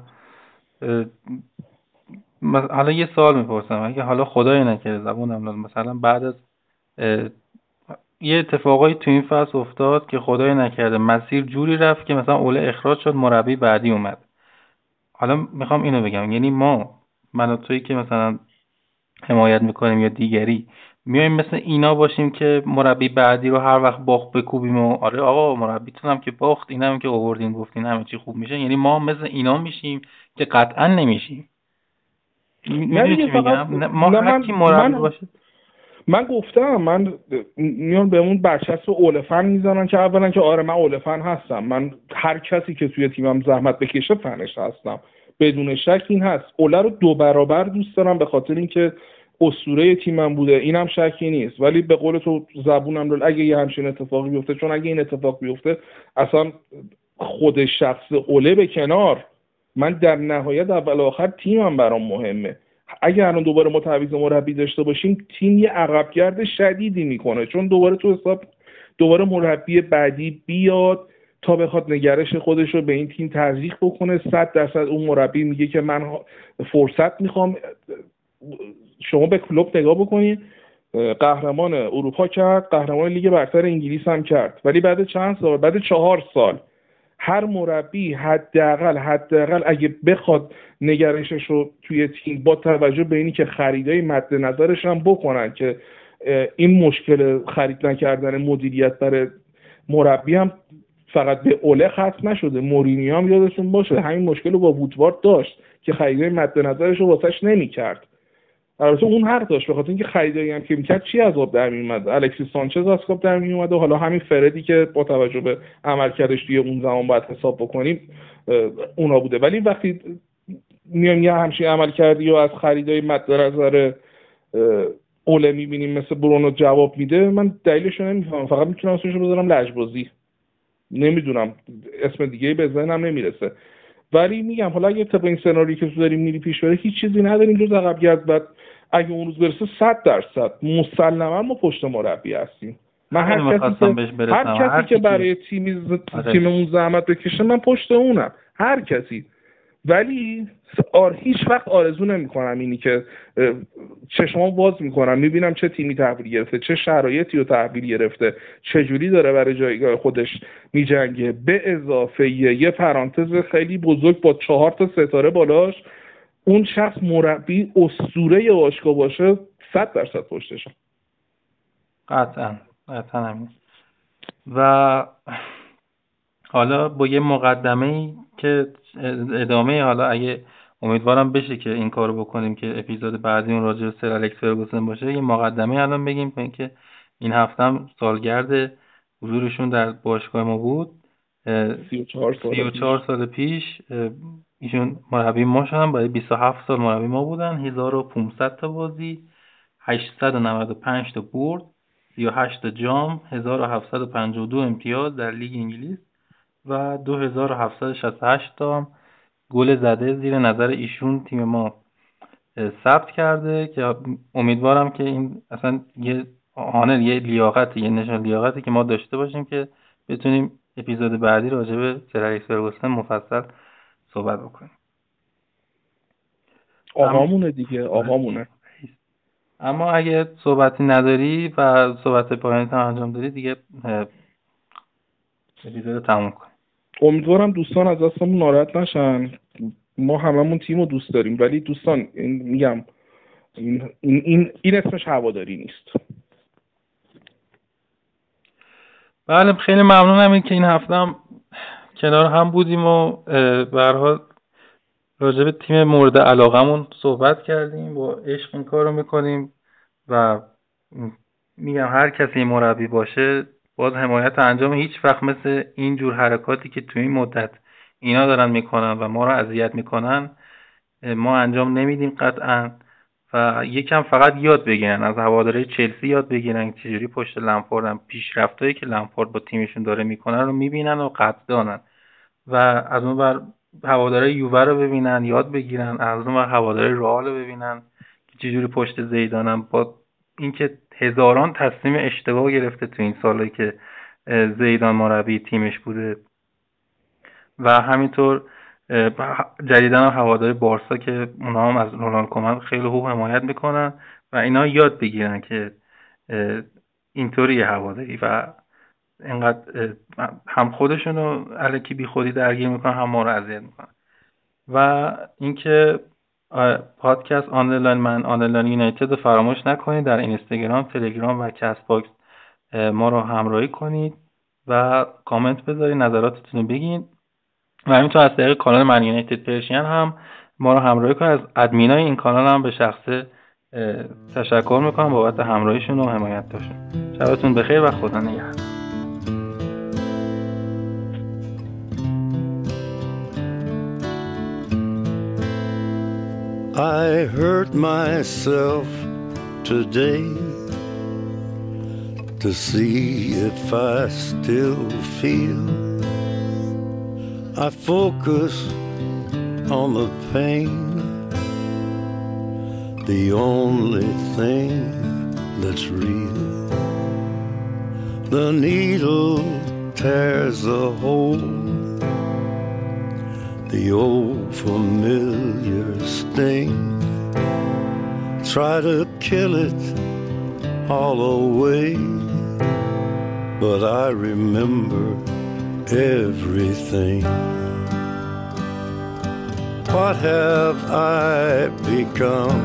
حالا یه سوال میپرسم، اگه حالا خدای نکرده زبونم مثلا بعد از یه اتفاقایی تو این فصل افتاد که خدای نکرده مسیر جوری رفت که مثلا اوله اخراج شد، مربی بعدی اومد، حالا میخوام اینو بگم، یعنی ما من و تویی که مثلا حمایت میکنیم یا دیگری میایم مثل اینا باشیم که مربی بعدی رو هر وقت باخت بکوبیم و آره آقا مربیتون هم که باخت، اینم که آوردین گفتین همه چی خوب میشه، یعنی ما مثل اینا میشیم که قطعا نمیشیم. میدونی چی میگم؟ ما هر کی مربی باشه. من گفتم من میان بهمون برچسب اولفن میزنن که اولا که آره من اولفن هستم، من هر کسی که توی تیمم زحمت بکشه فنش هستم، بدون شک این هست. اوله رو دو برابر دوست دارم به خاطر اینکه اسطوره تیمم بوده، اینم شکی نیست. ولی به قول تو زبونم رو اگه یه همچین اتفاقی بیفته، چون اگه این اتفاق بیفته اصلا خود شخص اوله به کنار، من در نهایت اول آخر تیمم برام مهمه. اگه الان دوباره ما تعویض مربی داشته باشیم تیم یه عقبگرد شدیدی میکنه، چون دوباره تو حساب دوباره مربی بعدی بیاد تا بخواد نگرش خودش رو به این تیم تزریق بکنه. صد درصد اون مربی میگه که من فرصت میخوام. شما به کلوب نگاه بکنید، قهرمان اروپا کرد، قهرمان لیگ برتر انگلیس هم کرد، ولی بعد چند سال، بعد چهار سال هر مربی حداقل حداقل اگه بخواد نگرشش رو توی تیم با توجه به اینی که خریدای مد نظرش هم بکنن که این مشکل خرید نکردن مدیریت برای مربی هم فقط به اوله ختم نشده. مورینیو هم یادتون باشه همین مشکل رو با وودوارد داشت که خریدای مد نظرش رو واسش نمی‌کرد. البته اون حق داشت به خاطر اینکه خریدایی هم که می‌کرد چی از آب در میومد. الکسیس سانچز از آب در میومد و حالا همین فردی که با توجه به عملکردش توی اون زمان باید حساب بکنیم اونا بوده. ولی وقتی میام یه همچین عمل کردی و از خریدای مد نظر اوله می‌بینیم مثل برونو جواب میده، من دلیلش رو نمی‌فهمم. فقط میتونم اسمش رو بذارم لجبازی. نمیدونم اسم دیگه‌ای به ذهنم نمیرسه. ولی میگم حالا اگه طبق این سناریویی که تو داریم میری پیش بره هیچ چیزی نداریم جز عقب گرد. بعد اگه اون روز برسه صد درصد مسلما ما پشت مربی هستیم. من هر کسی که هر کسی هر که برای تیم ز... تیممون زحمت بکشه من پشت اونم، هر کسی. ولی آر هیچ وقت آرزو نمی‌کنم اینی که چشمام باز می‌کنم می‌بینم چه تیمی تحویل گرفته، چه شرایطی رو تحویل گرفته، چه جوری داره برای جایگاه خودش می‌جنگه. به اضافه یه پرانتز خیلی بزرگ با چهار تا ستاره بالاش، اون شخص مربی اسطوره باشگاه باشه صد درصد پشتشه. قطعاً قطعاً همین. و حالا با یه مقدمه‌ای که ادامه، حالا اگه امیدوارم بشه که این کارو بکنیم که اپیزود بعدی اون راجع به سر الکس فرگوسن باشه، یه مقدمه الان بگیم که این هفته هم سالگرد حضورشون در باشگاه ما بود. سی و چهار سال پیش ایشون مربی ما شدن، برای بیست و هفت سال مربی ما بودن. هزار و پانصد تا بازی، هشتصد و نود و پنج تا برد، سی و هشت تا جام، هزار و هفتصد و پنجاه و دو امتیاز در لیگ انگلیس و دو هزار و هفتصد و شصت و هشت تا گل زده زیر نظر ایشون تیم ما ثبت کرده که امیدوارم که این اصلا یه آنر یه لیاقتی یه نشان لیاقتی که ما داشته باشیم که بتونیم اپیزود بعدی راجع به سر الکس فرگوسن مفصل صحبت بکنیم. آقامونه دیگه، آقامونه. اما اگه صحبتی نداری و صحبت پایانی هم انجام داری دیگه اپیزود تموم کنیم. امیدوارم دوستان از دستمون ناراحت نشن. ما هممون تیمو دوست داریم، ولی دوستان این میگم این این این, این اسمش هواداری نیست. بله خیلی ممنونم که این هفته هم کنار هم بودیم و به هر حال راجع به تیم مورد علاقمون صحبت کردیم. با عشق این کارو میکنیم و میگم هر کسی مربی باشه باز حمایت انجام. هیچ وقت مثل این جور حرکاتی که تو این مدت اینا دارن میکنن و ما رو اذیت میکنن ما انجام نمیدیم قطعا. و یکم فقط یاد بگیرن از هواداری چلسی، یاد بگیرن چجوری پشت لمپاردن، پیشرفتایی که لمپارد با تیمشون داره میکنن رو میبینن و قدردانن. و از اون ور هواداری یووه رو ببینن یاد بگیرن، از اون ور هواداری رئال رو ببینن که چجوری پشت زیدانن، با اینکه هزاران تصمیم اشتباه گرفته تو این سالی که زیدان مربی تیمش بوده. و همینطور جدیدن هم هواداری بارسا که اونا هم از رونالد کومن خیلی خوب حمایت میکنن و اینا یاد بگیرن که اینطوری هواداری و اینقدر هم خودشونو الکی بی خودی درگیر میکنن هم ما رو اذیت میکنن. و اینکه پادکست آندرلاین من آندرلاین یونایتد رو فراموش نکنید، در اینستاگرام، تلگرام و کست باکس ما رو همراهی کنید و کامنت بذارید، نظراتتون رو بگید. و همینطور از طریق کانال من یونایتد پرشین هم ما رو همراهی کنید. از ادمینای این کانال هم به شخصه تشکر میکنم بابت همراهیشون و حمایتشون. شبتون بخیر و خدا نگهدار. I hurt myself today to see if I still feel. I focus on the pain, the only thing that's real. The needle tears a hole, the old familiar sting. Try to kill it all away, but I remember everything. What have I become?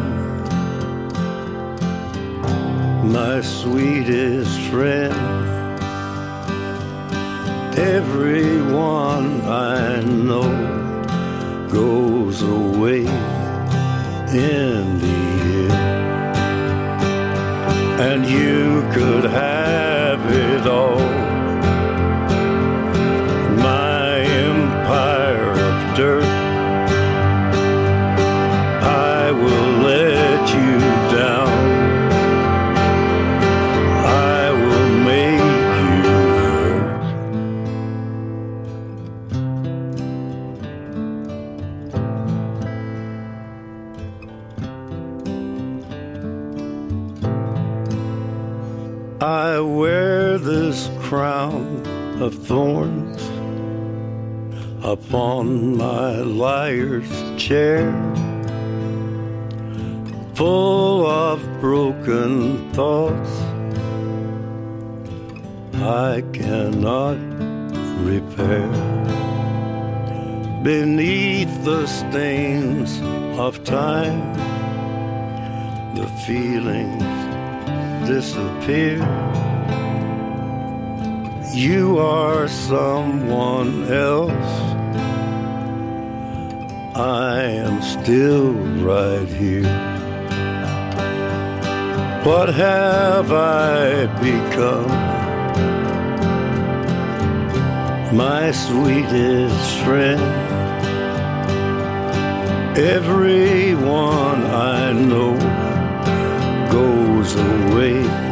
My sweetest friend, Everyone I know goes away in the end, and you could have it all. My empire of dirt, I will let you down. I will make you hurt. I wear this crown of thorns upon my liar's chair, full of broken thoughts I cannot repair. Beneath the stains of time, the feelings disappear. You are someone else, I am still right here. What have I become? My sweetest friend, everyone I know goes away